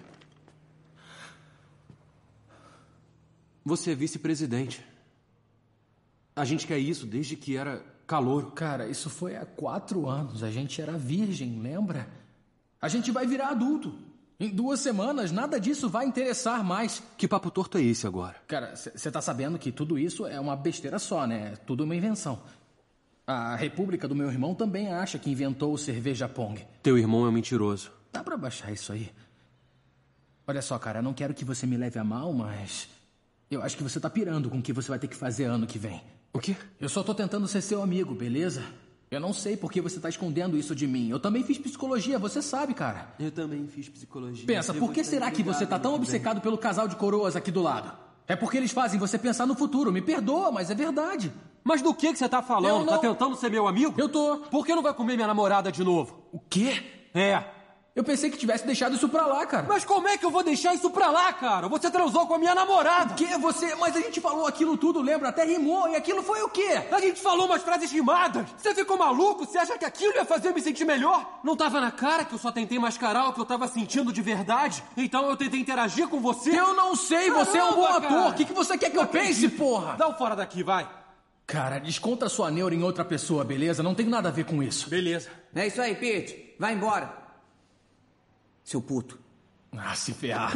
Você é vice-presidente. A gente quer isso desde que era calouro. Cara, isso foi há quatro anos. A gente era virgem, lembra? A gente vai virar adulto. Em duas semanas, nada disso vai interessar mais. Que papo torto é esse agora? Cara, você tá sabendo que tudo isso é uma besteira só, né? É tudo uma invenção. A República do meu irmão também acha que inventou o cerveja Pong. Teu irmão é um mentiroso. Dá pra baixar isso aí? Olha só, cara, eu não quero que você me leve a mal, mas... eu acho que você tá pirando com o que você vai ter que fazer ano que vem. O quê? Eu só tô tentando ser seu amigo, beleza? Eu Eu não sei por que você tá escondendo isso de mim. Eu também fiz psicologia, você sabe, cara. Eu também fiz psicologia. Pensa, por que será que você tá tão obcecado pelo casal de coroas aqui do lado? É porque eles fazem você pensar no futuro. Me perdoa, mas é verdade. Mas do que, que você tá falando? Eu não... Tá tentando ser meu amigo? Eu tô. Por que não vai comer minha namorada de novo? O quê? É. Eu pensei que tivesse deixado isso pra lá, cara. Mas como é que eu vou deixar isso pra lá, cara? Você transou com a minha namorada. O quê? Você... Mas a gente falou aquilo tudo, lembra? Até rimou. E aquilo foi o quê? A gente falou umas frases rimadas. Você ficou maluco? Você acha que aquilo ia fazer eu me sentir melhor? Não tava na cara que eu só tentei mascarar o que eu tava sentindo de verdade? Então eu tentei interagir com você? Eu não sei. Caramba, você é um bom ator. Cara. O que, que você quer que eu pense, porra? Dá um fora daqui, vai. Cara, desconta sua neura em outra pessoa, beleza? Não tem nada a ver com isso. Beleza. É isso aí, Pete. Vai embora. Seu puto. Ah, se ferrar.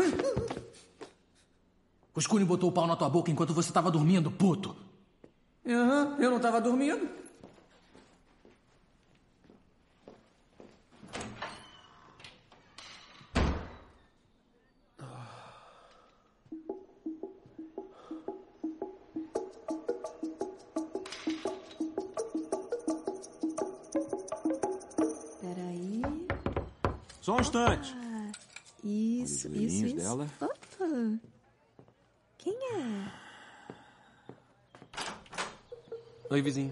O Scully botou o pau na tua boca enquanto você tava dormindo, puto. Aham, eu não tava dormindo. Peraí. Só um instante. Ah, isso, isso, isso. Dela. Opa. Quem é? Oi, vizinho.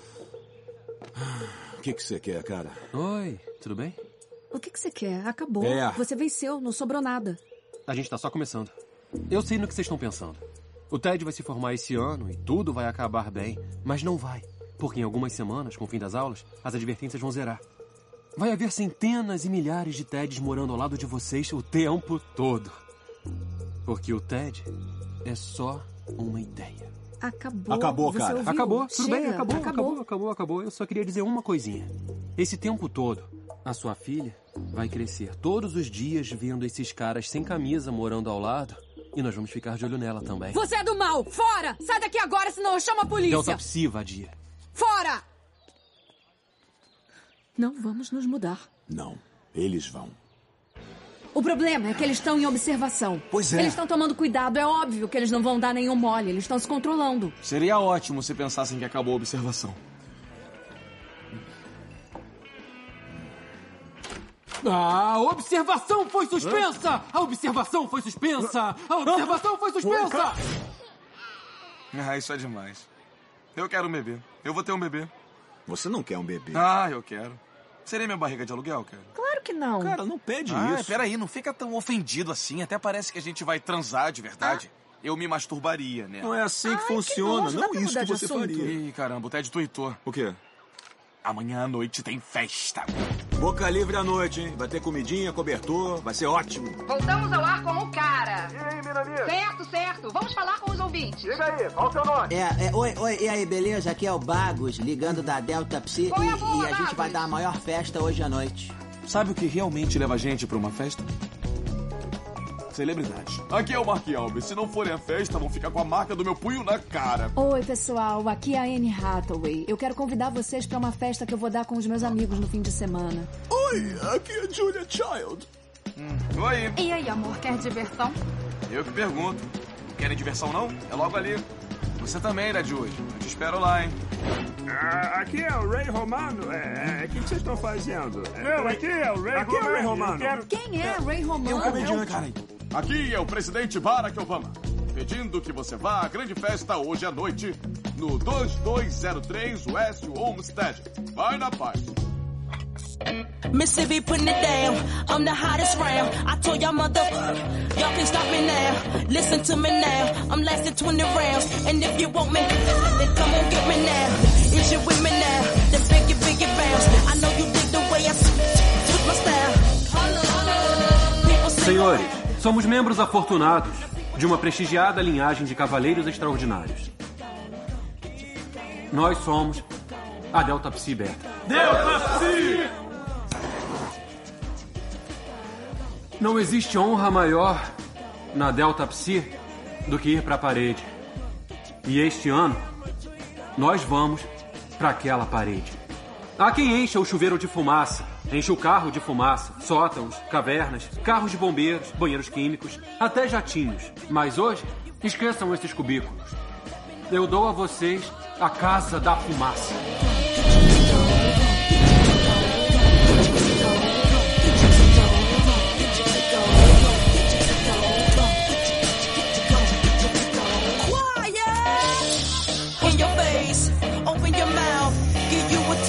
O que que você quer, cara? Oi, tudo bem? O que que você quer? Acabou. É. Você venceu, não sobrou nada. A gente tá só começando. Eu sei no que vocês estão pensando. O Ted vai se formar esse ano e tudo vai acabar bem. Mas não vai. Porque em algumas semanas, com o fim das aulas, as advertências vão zerar. Vai haver centenas e milhares de Teds morando ao lado de vocês o tempo todo. Porque o Ted é só uma ideia. Acabou. Acabou, Você cara. ouviu? Acabou, tudo Chega, bem, acabou, acabou, acabou, acabou, acabou. Eu só queria dizer uma coisinha. Esse tempo todo, a sua filha vai crescer todos os dias vendo esses caras sem camisa morando ao lado e nós vamos ficar de olho nela também. Você é do mal! Fora! Sai daqui agora, senão eu chamo a polícia! Delta Psi, vadia. Fora! Não vamos nos mudar. Não, eles vão. O problema é que eles estão em observação. Pois é. Eles estão tomando cuidado. É óbvio que eles não vão dar nenhum mole. Eles estão se controlando. Seria ótimo se pensassem que acabou a observação. Ah, a observação foi suspensa! A observação foi suspensa! A observação foi suspensa! Ah, isso é demais. Eu quero um bebê. Eu vou ter um bebê. Você não quer um bebê. Ah, eu quero. Seria minha barriga de aluguel, cara? Claro que não. Cara, não pede ah, isso. Peraí, não fica tão ofendido assim. Até parece que a gente vai transar de verdade. Ah. Eu me masturbaria, né? Não é assim que Ai, funciona. que nojo, não dá isso pra que mudar de você assunto? faria. Ih, caramba, o Ted tweetou. O quê? Amanhã à noite tem festa. Boca livre à noite, hein? Vai ter comidinha, cobertor, vai ser ótimo. Voltamos ao ar com o cara. E aí, Minami? Certo, certo. Vamos falar com os ouvintes. Diga aí, qual o seu nome? É, é, oi, oi, e aí, beleza? Aqui é o Bagos, ligando da Delta Psi. Qual é a e, boa, e a gente Bagos? vai dar a maior festa hoje à noite. Sabe o que realmente leva a gente pra uma festa? Celebridade. Aqui é o Mark Alves. Se não forem à festa, vão ficar com a marca do meu punho na cara. Oi, pessoal. Aqui é a Anne Hathaway. Eu quero convidar vocês pra uma festa que eu vou dar com os meus amigos no fim de semana. Oi, aqui é Julia Child. Hum. Oi. E aí, amor, quer diversão? Eu que pergunto. Querem diversão, não? É logo ali. Você também, né, Julia? Eu te espero lá, hein? Ah, aqui é o Ray Romano. É, o que, que vocês estão fazendo? Não, aqui é o Ray aqui Romano. É o Ray Romano. Quero... Quem é Ray Romano? É um comediante. Cara, aqui é o presidente Barack Obama, pedindo que você vá à grande festa hoje à noite no dois dois zero três West Olmsted. Vai na paz. Mississippi putting it down. I'm the hottest round. I told y'all mother, y'all can stop me now. Listen to me now. I'm lasting twenty rounds. And if you want me, then come on get me now. Is you with me now? Then biggie, biggie bounce. I know you dig the way I switch my style. Senhores, somos membros afortunados de uma prestigiada linhagem de cavaleiros extraordinários. Nós somos a Delta Psi Beta. Delta Psi! Não existe honra maior na Delta Psi do que ir para a parede. E este ano, nós vamos para aquela parede. Há quem encha o chuveiro de fumaça, enche o carro de fumaça, sótãos, cavernas, carros de bombeiros, banheiros químicos, até jatinhos. Mas hoje, esqueçam esses cubículos. Eu dou a vocês a Casa da Fumaça.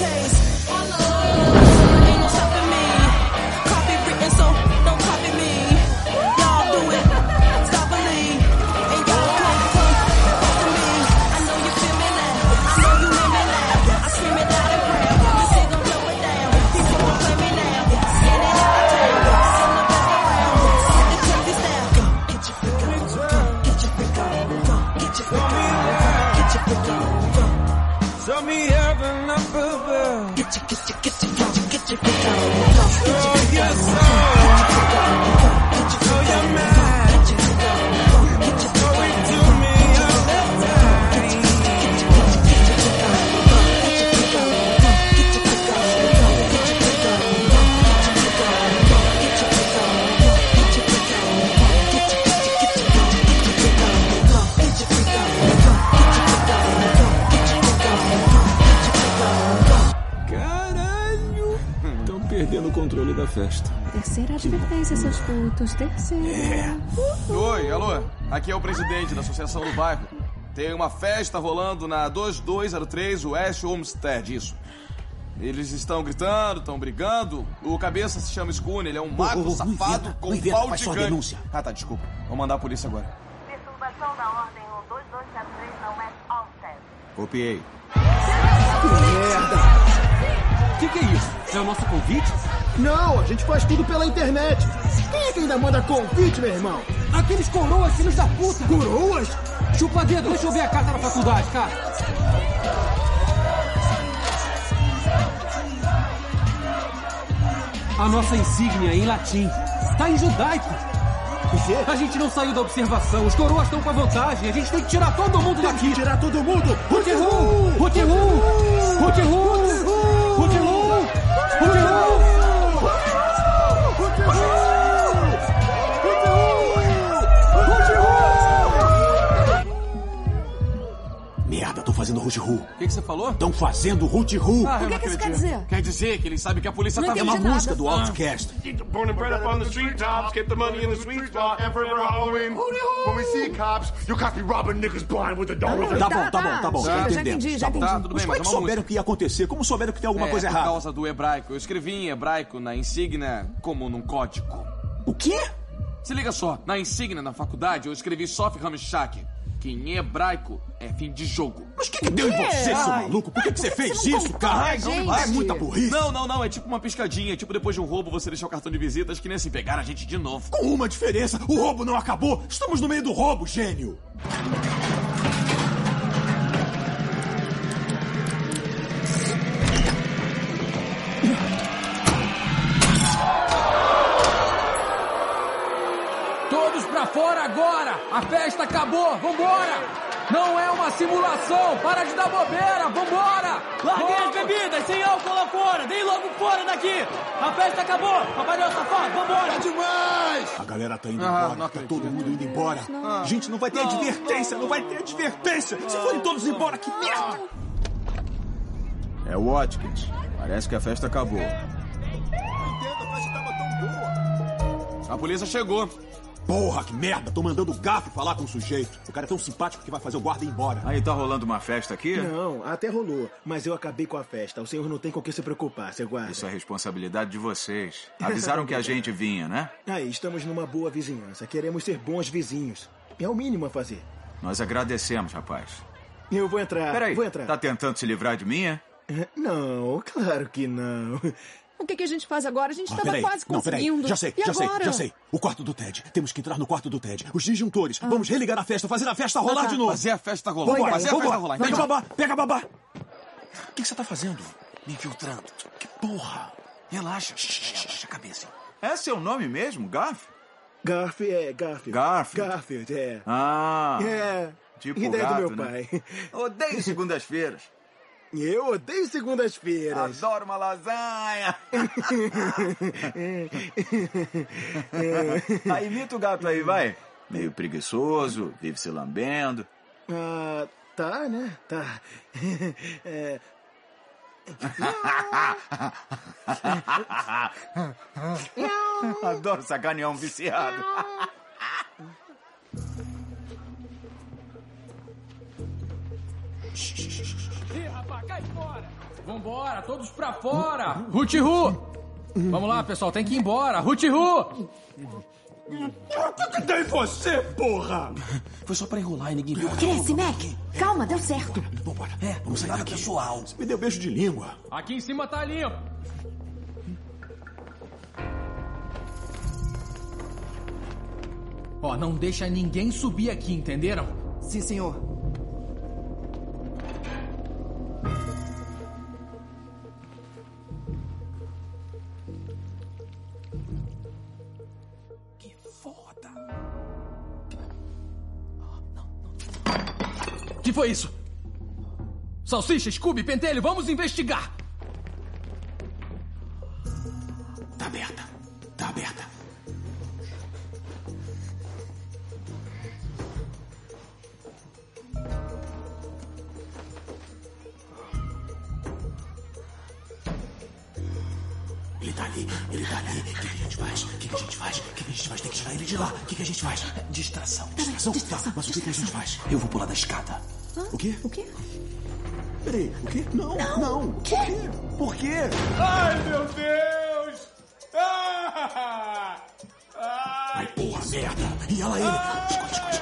taste. Ain't no stopping me. Copy written, so don't copy me. Y'all do it, stop believe. And y'all come, come, close to me. I know you feel me now. I know you hear me now. I scream it loud and proud. You say gon' blow it down. People won't play me now. Get it out of town. Send the best around. Set the crazy style. Go, get your freak on. Go, get your freak on. Go, get your freak on. Get your freak on. Go. Show me heaven up above. Get your, get your, get your, get your, get your freak on. Go, get your Oh, freak yes, on. sir. Get your freak on. Go, get your Oh, freak you're on. mad. Get your freak on. Go, get your freak on. Do me all the time. Caralho! Estão perdendo o controle da festa. Terceira advertência, seus putos. Terceira. É. Oi, alô. Aqui é o presidente da Associação do Bairro. Tem uma festa rolando na dois dois zero três West Homestead, isso. Eles estão gritando, estão brigando. O cabeça se chama Skun, ele é um mago ô, ô, safado inventa, com não um inventa, pau faz só gigante. denúncia. Ah, tá, desculpa. Vou mandar a polícia agora. Perturbação da ordem um dois dois zero três na West Olmsted. Copiei. Merda! O que, que é isso? É o nosso convite? Não, a gente faz tudo pela internet. Quem é que ainda manda convite, meu irmão? Aqueles coroas, filhos da puta! Coroas? Chupa dedo, deixa eu ver a carta na faculdade, cara. A nossa insígnia em latim tá em judaico. O quê? A gente não saiu da observação. Os coroas estão com a vantagem. A gente tem que tirar todo mundo Temos daqui. que tirar todo mundo! Rutirru! Rutirru! Rutirru! Rutirru! Rutirru! Merda, estão fazendo Ruti-Ru. O que, que você falou? Estão fazendo Ruti-Ru. Ah, eu O que não que isso acredito. quer dizer? Quer dizer que eles sabem que a polícia Não tá entendi É uma nada. música do Outcast. Keep the burning bread up on the street tops, keep the money in the sweet spot, and for Halloween. When we see cops, you cops be robbing niggas blind with the dollars. Tá bom, tá bom, tá bom. Chega, Já já entendemos. entendi, já Tá bom. entendi. Tá, tudo Mas bem, como é mas que é uma souberam que ia acontecer? Como souberam que tem alguma é, coisa por errada? causa do hebraico. Eu escrevi em hebraico na insígnia como num código. O quê? Se liga só, na insígnia na faculdade eu escrevi Sof Ramshak, que em hebraico é fim de jogo. Mas o que, que deu em você, seu maluco? Por que, que você fez você não isso, contou cara? pra gente? É muita burrice. Não, não, não, é tipo uma piscadinha. Tipo depois de um roubo você deixar o cartão de visitas que nem assim pegar a gente de novo. Com uma diferença, o roubo não acabou. Estamos no meio do roubo, gênio. Todos pra fora agora! A festa acabou! Vambora! Não é uma simulação! Para de dar bobeira! Vambora! Larguem as bebidas, sem álcool lá fora! Vem logo fora daqui! A festa acabou! Papai Noel safado, vambora! Demais! A galera tá indo Ah, embora. não Tá acredito. todo mundo indo embora. Gente, não vai ter advertência. Não vai ter advertência. Se forem todos embora, que merda! É o Watkins. Parece que a festa acabou. A polícia chegou. Porra, que merda! Tô mandando o gato falar com o sujeito. O cara é tão simpático que vai fazer o guarda ir embora. Aí tá rolando uma festa aqui? Não, até rolou. Mas eu acabei com a festa. O senhor não tem com o que se preocupar, seu guarda. Isso é responsabilidade de vocês. Avisaram que a gente vinha, né? Aí, estamos numa boa vizinhança. Queremos ser bons vizinhos. É o mínimo a fazer. Nós agradecemos, rapaz. Eu vou entrar. Peraí, Vou entrar. tá tentando se livrar de mim, é? Não, claro que não. O que, que a gente faz agora? A gente Ah, tava peraí. quase Não, peraí. conseguindo. Já sei, E já agora? sei, já sei. O quarto do Ted. Temos que entrar no quarto do Ted. Os disjuntores. Vamos religar a festa, fazer a festa rolar tá. de novo. Fazer a festa rolar. Vambora, Fazer a vambora. festa rolar. Pega Então, babá, pega babá. O que, que você tá fazendo? me infiltrando. Que porra. Relaxa. Relaxa a cabeça. É seu nome mesmo, Garf? Garf é Garfield. Garfield. Garfield, é. Ah. É. Tipo Ideia gato, do meu né? pai. Odeio segundas-feiras. Eu odeio segundas-feiras. Adoro uma lasanha. Aí imita o gato aí, vai. Meio preguiçoso, vive se lambendo. Ah, tá, né? Tá. É... Adoro sacanear um viciado. Ih, rapaz, cai fora! Vambora, todos pra fora! Ruti-ru! Vamos lá, pessoal, tem que ir embora! Ruti-ru! O que tem você, porra? Foi só pra enrolar e ninguém viu. Cresce, Mac. Calma, deu certo. Vambora. É, vamos sair daqui. Pessoal. Você me deu beijo de língua. Aqui em cima tá limpo. Ó, não deixa ninguém subir aqui, entenderam? Sim, senhor. Que foda. Que foi isso? Salsicha, Scooby, Pentelho, vamos investigar! Tá aberta. Tá aberta. Ele tá ali, ele tá ali. O que, que a gente faz? O que, que a gente faz? O que, que a gente faz? Tem que tirar ele de lá. O que, que a gente faz? Distração. Distração? distração, Tá, mas o que, que a gente faz? Eu vou pular da escada. Hã? O quê? O quê? Peraí, o quê? Não, não. não. O quê? Por quê? Ai, meu Deus! Ah! Ai, porra, merda. E ela ele. Escuta, escuta,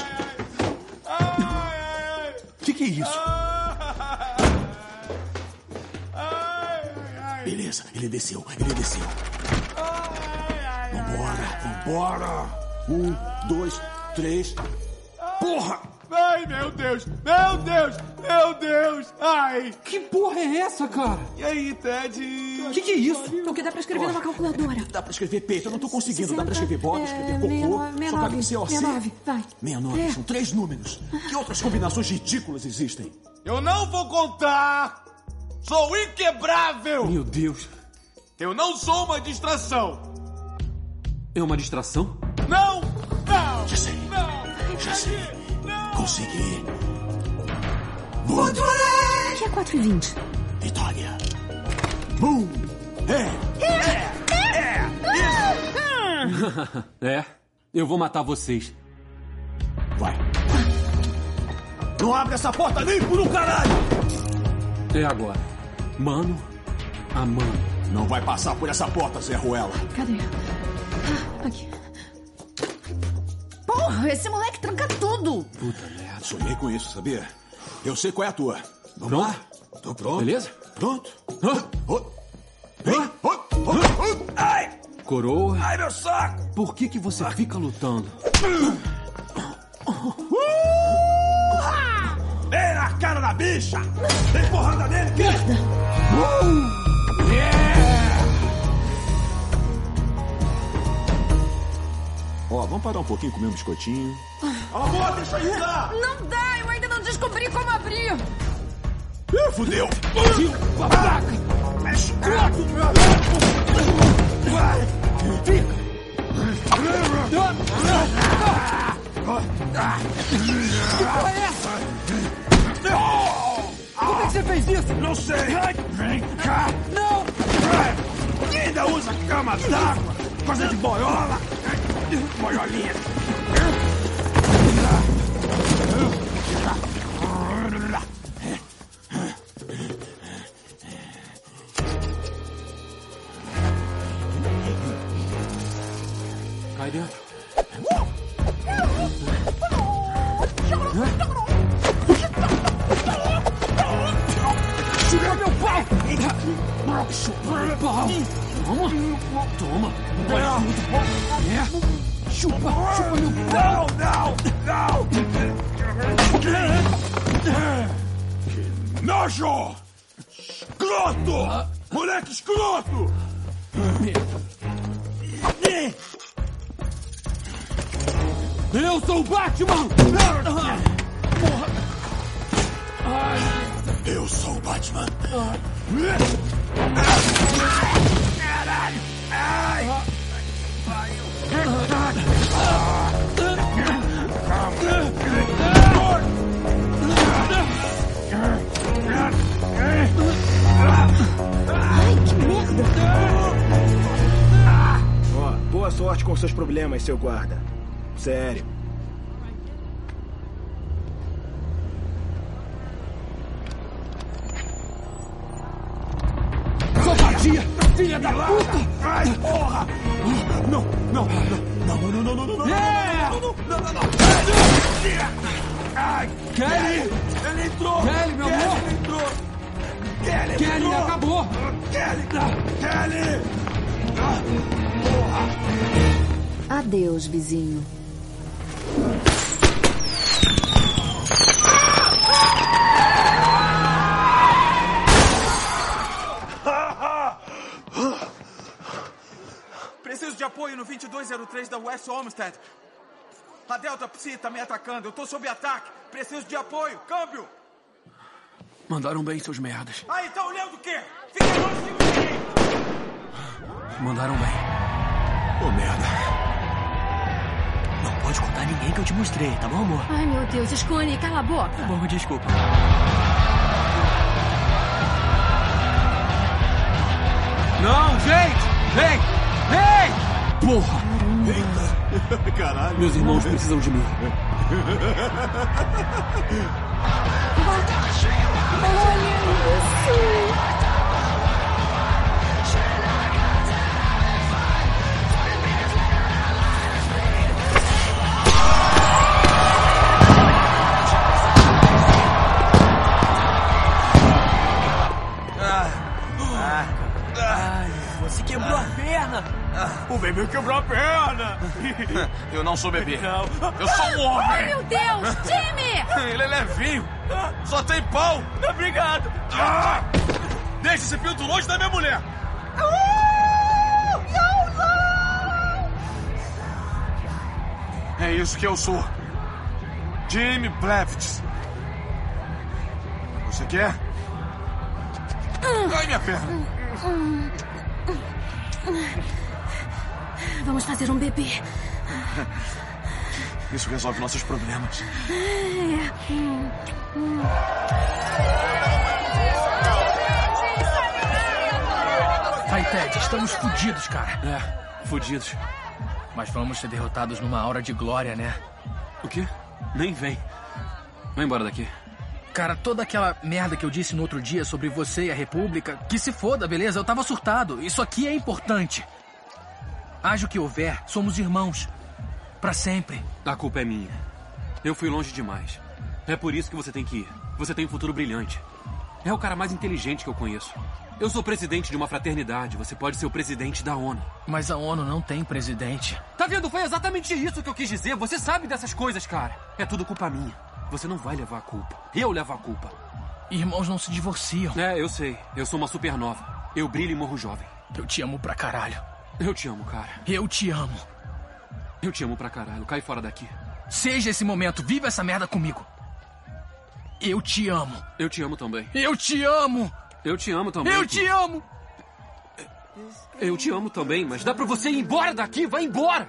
escuta. O que, que é isso? Beleza, ele desceu, ele desceu. Vambora, vambora. Um, dois, três. Porra! Ai, meu Deus! Meu Deus! Meu Deus! Ai! Que porra é essa, cara? E aí, Ted? O que, que é isso? O que dá pra escrever numa calculadora? Dá pra escrever peito, eu não tô conseguindo. Dá pra escrever bola, escrever cocô. Meia Só cabe em C O C. Meia nove, vai. Meia nove, É. são três números. Que outras combinações ridículas existem? Eu não vou contar! Sou inquebrável! Meu Deus. Eu não sou uma distração! É uma distração? Não! Não! Já sei. Não! Já sei. Consegui. Quatro O que é quatro e vinte? Vitória. Bum! É! É! É! É, eu vou matar vocês. Vai. Não abre essa porta nem por um caralho! É agora. Mano a mano. Não vai passar por essa porta, Zé Ruela. Cadê? Ah, aqui. Porra, esse moleque tranca tudo. Puta merda. Sonhei com isso, sabia? Eu sei qual é a tua. Vamos Pronto? lá? Tô pronto. Beleza? Pronto. Hã? Oh. Vem. Oh, oh, oh. Ai! Coroa, Ai, meu saco! por que que você fica lutando? Ei, na cara da bicha! Tem porrada nele, que? Uh! Yeah! Ó, vamos parar um pouquinho e comer um biscoitinho. Amor, deixa eu entrar! Não dá, eu ainda não descobri como abrir. Ih, fudeu! Babaca! É escroto! Vai! Fica! Que porra é essa? Como é que você fez isso? Não sei! Vem cá! Não! Quem ainda usa cama d'água? Coisa de boiola! Boiolinha! Cai dentro. Chupa meu pau! Chupa meu pau! Toma! Toma! Vai tudo! É! Chupa! Chupa meu pau! Não! Não! Nojo! Escroto! Moleque escroto! Eu sou o Batman! Eu sou o Batman. Caralho! Ai! Ai, que merda. Ó, boa sorte com seus problemas, seu guarda. Sério. tia! Filha da puta! Ai, porra! Não, não, não, não, não, não, não, não, não, É! não, não, não, não, não! Ai, Kelly! Ele entrou! Kelly, meu Kelly, amor! ele entrou! Kelly, ele Kelly, entrou! acabou! Kelly! Kelly! Ah, porra! Adeus, vizinho. Preciso de apoio no vinte e dois zero três da West Olmsted. A Delta Psi tá me atacando. Eu tô sob ataque. Preciso de apoio. Câmbio. Mandaram bem, seus merdas. Aí, tá olhando o quê? Fica longe de mim. Mandaram bem. Ô, oh, merda. Não pode contar a ninguém que eu te mostrei, tá bom, amor? Ai, meu Deus, Scone, cala a boca. Tá bom, desculpa. Não, gente! Vem! Vem! Porra! Eita! Caralho! Meus irmãos precisam de mim. Olha isso! Você quebrou a perna! O bebê quebrou a perna! Eu não sou bebê. Não. Eu sou um homem! Ai, meu Deus! Jimmy! Ele é levinho! Só tem pau! Obrigado! Ah! Deixa esse pinto longe da minha mulher! É isso que eu sou. Jimmy Blevitz. Você quer? Ai, minha perna! Vamos fazer um bebê. Isso resolve nossos problemas. Aí, Ted, estamos fudidos, cara. É, fudidos. Mas vamos ser derrotados numa aura de glória, né? O quê? Nem vem. Vai embora daqui. Cara, toda aquela merda que eu disse no outro dia sobre você e a República, que se foda, beleza? Eu tava surtado. Isso aqui é importante. Haja o que houver, somos irmãos. Pra sempre. A culpa é minha. Eu fui longe demais. É por isso que você tem que ir. Você tem um futuro brilhante. É o cara mais inteligente que eu conheço. Eu sou presidente de uma fraternidade. Você pode ser o presidente da ONU. Mas a ONU não tem presidente. Tá vendo? Foi exatamente isso que eu quis dizer. Você sabe dessas coisas, cara. É tudo culpa minha. Você não vai levar a culpa. Eu levo a culpa. Irmãos não se divorciam. É, eu sei. Eu sou uma supernova. Eu brilho e morro jovem. Eu te amo pra caralho. Eu te amo, cara. Eu te amo. Eu te amo pra caralho. Cai fora daqui. Seja esse momento. Viva essa merda comigo. Eu te amo. Eu te amo também. Eu te amo. Eu te amo também. Eu te amo. Eu te amo também, mas dá pra você ir embora daqui. Vai embora.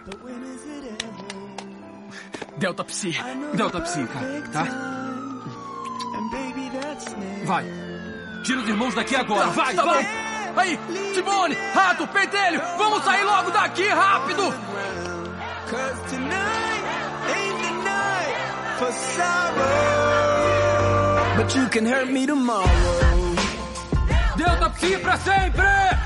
Delta Psi. Delta Psi, cara, tá? Vai. Tira os irmãos daqui agora. Vai, tá vai. Bom. Aí, Timone, Rato, Pentelho, vamos sair logo daqui, rápido! But you can hurt me tomorrow. Delta Psi pra sempre!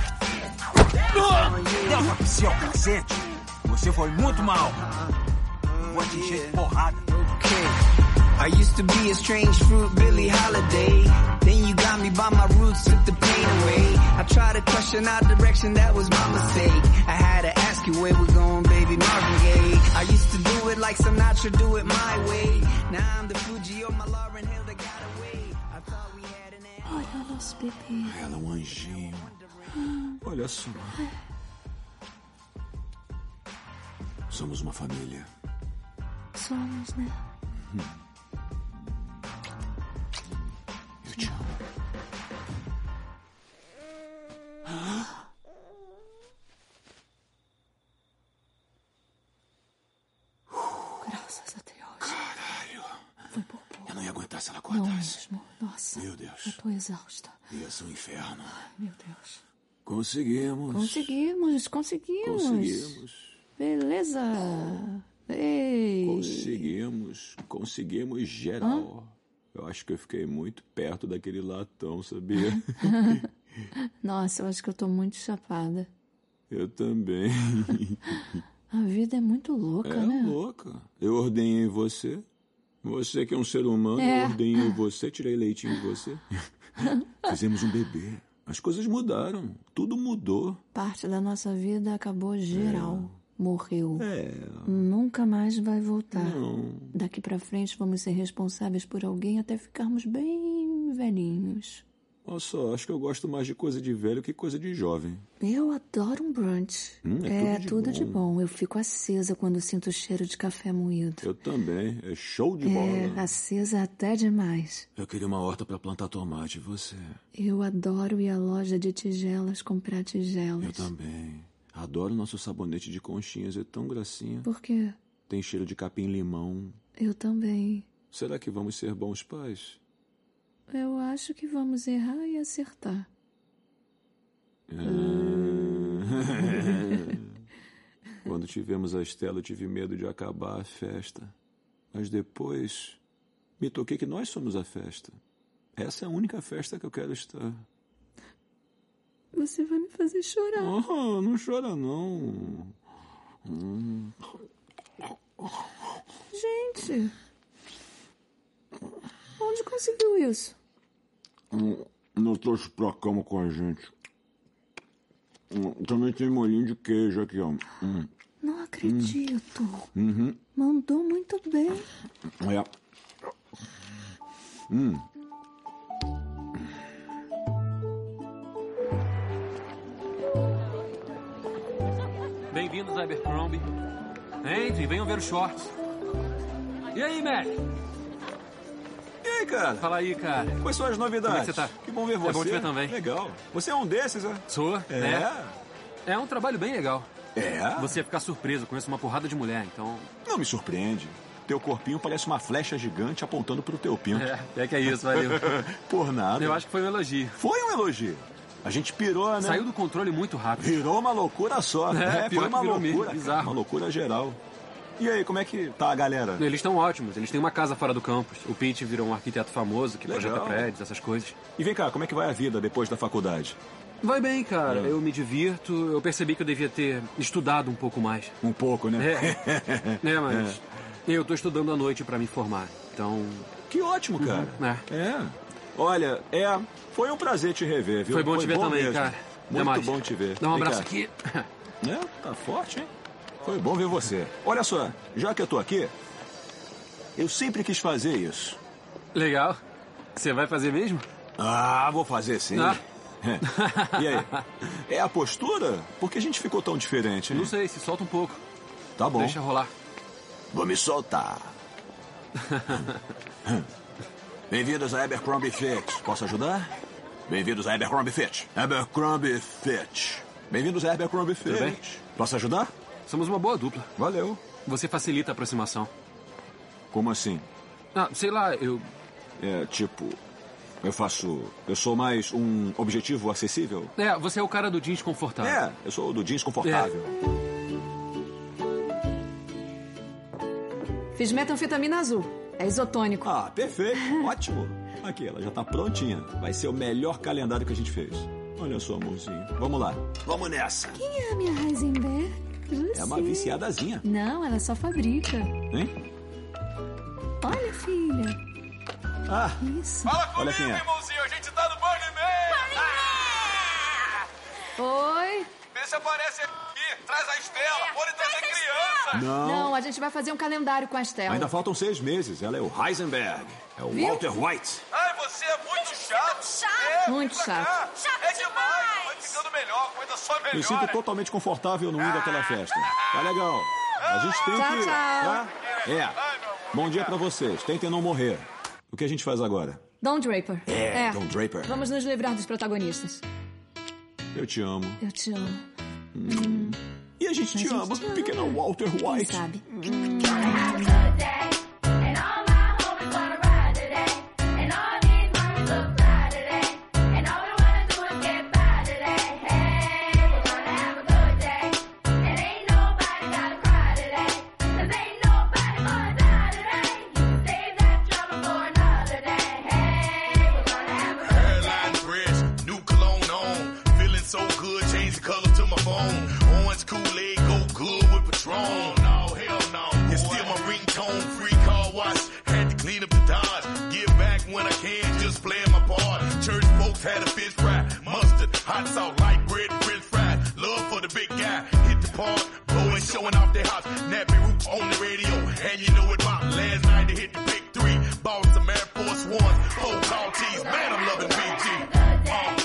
Delta Psi é o cacete. Você foi muito mal. Vou te encher de porrada. I used to be a strange fruit, Billie Holiday. Then you got me by my roots, took the pain away. I tried to question our direction, that was my mistake. I had to ask you where we're going, baby, Marvin Gaye. I used to do it like Sinatra, do it my way. Now I'm the Fuji or my Lauryn Hill that got away. I thought we had an end. Olha o nosso bebê. Ela é um anjinho. Olha só. Somos uma família. Somos, né? Hum. Eu te amo. Graças a Deus. Caralho. Foi por pouco. Eu não ia aguentar se ela Não acordasse. mesmo. Nossa. Meu Deus. Eu tô exausta. Ia ser um inferno. Ai, meu Deus. Conseguimos. Conseguimos, conseguimos. Conseguimos. Beleza. Ei. Conseguimos. Conseguimos geral. Hã? Eu acho que eu fiquei muito perto daquele latão, sabia? Nossa, eu acho que eu tô muito chapada. Eu também. A vida é muito louca, É né? louca. Eu ordenhei você. Você que é um ser humano, É. eu ordenhei você, tirei leitinho de você. Fizemos um bebê. As coisas mudaram. Tudo mudou. Parte da nossa vida acabou geral. Morreu. É. Nunca mais vai voltar. Não. Daqui pra frente vamos ser responsáveis por alguém até ficarmos bem velhinhos. Olha só, acho que eu gosto mais de coisa de velho que coisa de jovem. Eu adoro um brunch. Hum, é é tudo de tudo bom. de bom. Eu fico acesa quando sinto o cheiro de café moído. Eu também. É show de É, bola. acesa até demais. Eu queria uma horta pra plantar tomate. E você? Eu adoro ir à loja de tigelas comprar Eu tigelas. também. Adoro nosso sabonete de conchinhas. É tão gracinha. Por quê? Tem cheiro de capim-limão. Eu também. Será que vamos ser bons pais? Eu acho que vamos errar e acertar. Quando tivemos a Estela, eu tive medo de acabar a festa. Mas depois me toquei que nós somos a festa. Essa é a única festa que eu quero estar. Você vai me fazer chorar. Oh, não chora, não. Hum. Gente, onde conseguiu isso? Hum, Não trouxe pra cama com a gente. Hum, Também tem molhinho de queijo aqui, ó. Hum. Não acredito. Uhum. Mandou muito bem. É. Hum. Bem-vindos a Abercrombie. Entrem, venham ver os shorts. E aí, Mac? E aí, cara? Fala aí, cara. Quais são as novidades? Como é que você tá? Que bom ver você. É bom te ver também. Legal. Você é um desses, é? Sou. É? É, é um trabalho bem legal. É? Você ia ficar surpreso, eu conheço uma porrada de mulher, então... Não me surpreende. Teu corpinho parece uma flecha gigante apontando pro teu pinto. É, é que é isso, valeu. Por nada. Eu acho que foi um elogio. Foi um elogio. A gente pirou, né? Saiu do controle muito rápido. Virou uma loucura só. É, É, pior foi uma que virou mesmo, loucura. bizarro. Uma loucura geral. E aí, como é que tá a galera? Eles estão ótimos, eles têm uma casa fora do campus. O Pete virou um arquiteto famoso que Legal. projeta prédios, essas coisas. E vem cá, como é que vai a vida depois da faculdade? Vai bem, cara. É. Eu me divirto. Eu percebi que eu devia ter estudado um pouco mais. Um pouco, né? É, é mas eu tô estudando à noite pra me formar. Então... Que ótimo, cara. Uhum, é. É. Olha, é... Foi um prazer te rever, viu? Foi bom te ver também, mesmo. cara. Até Muito mais. bom te ver. Dá um Vem abraço cá. aqui. É, tá forte, hein? Foi bom ver você. Olha só, já que eu tô aqui, eu sempre quis fazer isso. Legal. Você vai fazer mesmo? Ah, vou fazer sim. Ah. É. E aí? É a postura? Por que a gente ficou tão diferente, hein? Não sei, se solta um pouco. Tá bom. Deixa rolar. Vou me soltar. Bem-vindos a Abercrombie Fitch. Posso ajudar? Bem-vindos a Abercrombie Fitch. Abercrombie Fitch. Bem-vindos a Abercrombie Fitch. Tudo bem? Posso ajudar? Somos uma boa dupla. Valeu. Você facilita a aproximação. Como assim? Ah, sei lá, eu... É, tipo... Eu faço... Eu sou mais um objetivo acessível? É, você é o cara do jeans confortável. É, eu sou o do jeans confortável. Fiz metanfetamina azul. É isotônico. Ah, perfeito. Ótimo. Aqui, ela já tá prontinha. Vai ser o melhor calendário que a gente fez. Olha só, amorzinho. Vamos lá. Vamos nessa. Quem é a minha Heisenberg? Você. É uma viciadazinha. Não, ela só fabrica. Hein? Olha, filha. Ah, isso. Fala comigo, Olha quem é. irmãozinho. A gente tá no Burning Man. Oi? Vê se aparece aqui. Traz a Estela. Pode trazer criança. Não. Não, a gente vai fazer um calendário com a Estela. Ainda faltam seis meses. Ela é o Heisenberg. É o Viu? Walter White. Ai, você é muito chato. chato. É, Muito vem pra chato. cá. É demais. Vai ficando melhor. Coisa só melhor. Me sinto totalmente confortável no meio daquela festa. Tá legal. A gente tem Tchau, que... tchau. Tá? É. Bom dia pra vocês. Tentem não morrer. O que a gente faz agora? Don Draper. É, Don Draper. Vamos nos livrar dos protagonistas. Eu te amo. Eu te amo. Hum. E a gente te ama, pequena Walter White. Quem sabe? Hairline fresh, new cologne on, to my phone. Orange Kool-Aid go good with Patron. No, hell no. It's still my ringtone, free car wash. Had to clean up the Dodge. Give back when I can, just playing my part. Church folks had a fish fry, mustard, hot sauce, light bread, french fries. Love for the big guy, hit the park, blowing, showing off their house. Nappy Roots on the radio, and you know it pop. Last night they hit the big three, bought some Air Force Ones, four tall tees. Man, I'm loving B G. Uh,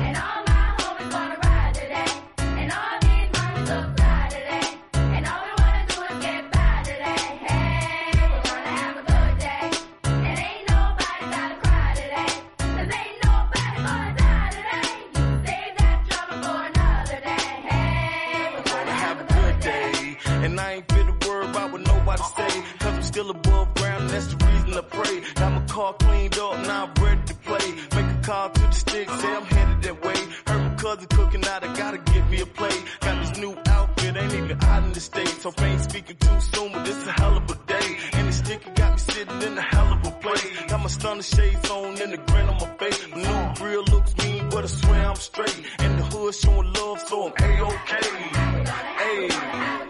Still above ground, and that's the reason I pray. Got my car cleaned up, now I'm ready to play. Make a call to the sticks, say I'm headed that way. Heard my cousin cooking out, I gotta get me a plate. Got this new outfit, ain't even out in the States. So I ain't speaking too soon, but this a hell of a day. And the sticker got me sitting in a hell of a place. Got my stunner shades on and the grin on my face. My new grill looks mean, but I swear I'm straight. And the hood showing love, so I'm A-OK. Hey.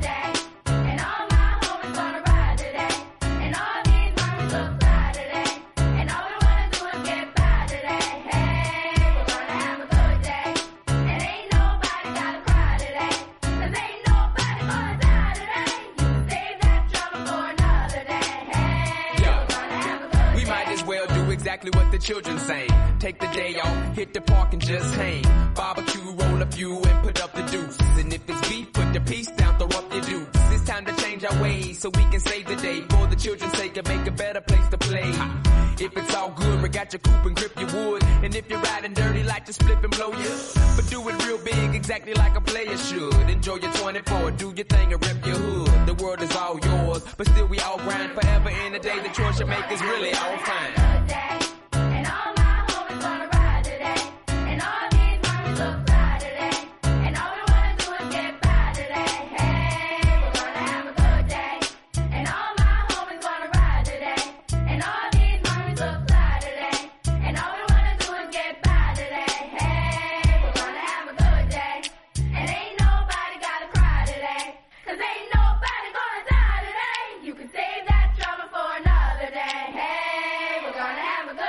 Exactly what the children say. Take the day off, hit the park and just hang. Barbecue, roll a few and put up the deuce. And if it's beef, put the piece down, throw up your dukes. It's time to change our ways so we can save the day. For the children's sake and make a better place to play. If it's all good, we got your coupe and grip your wood. And if you're riding dirty, like to split and blow you. But do it real big, exactly like a player should. Enjoy your twenty-four, do your thing and rep your hood. The world is all yours, but still we all grind forever in a day. The choice you make is really all fine. Have a good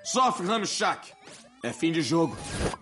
Sofre, Ramshak. É fim de jogo.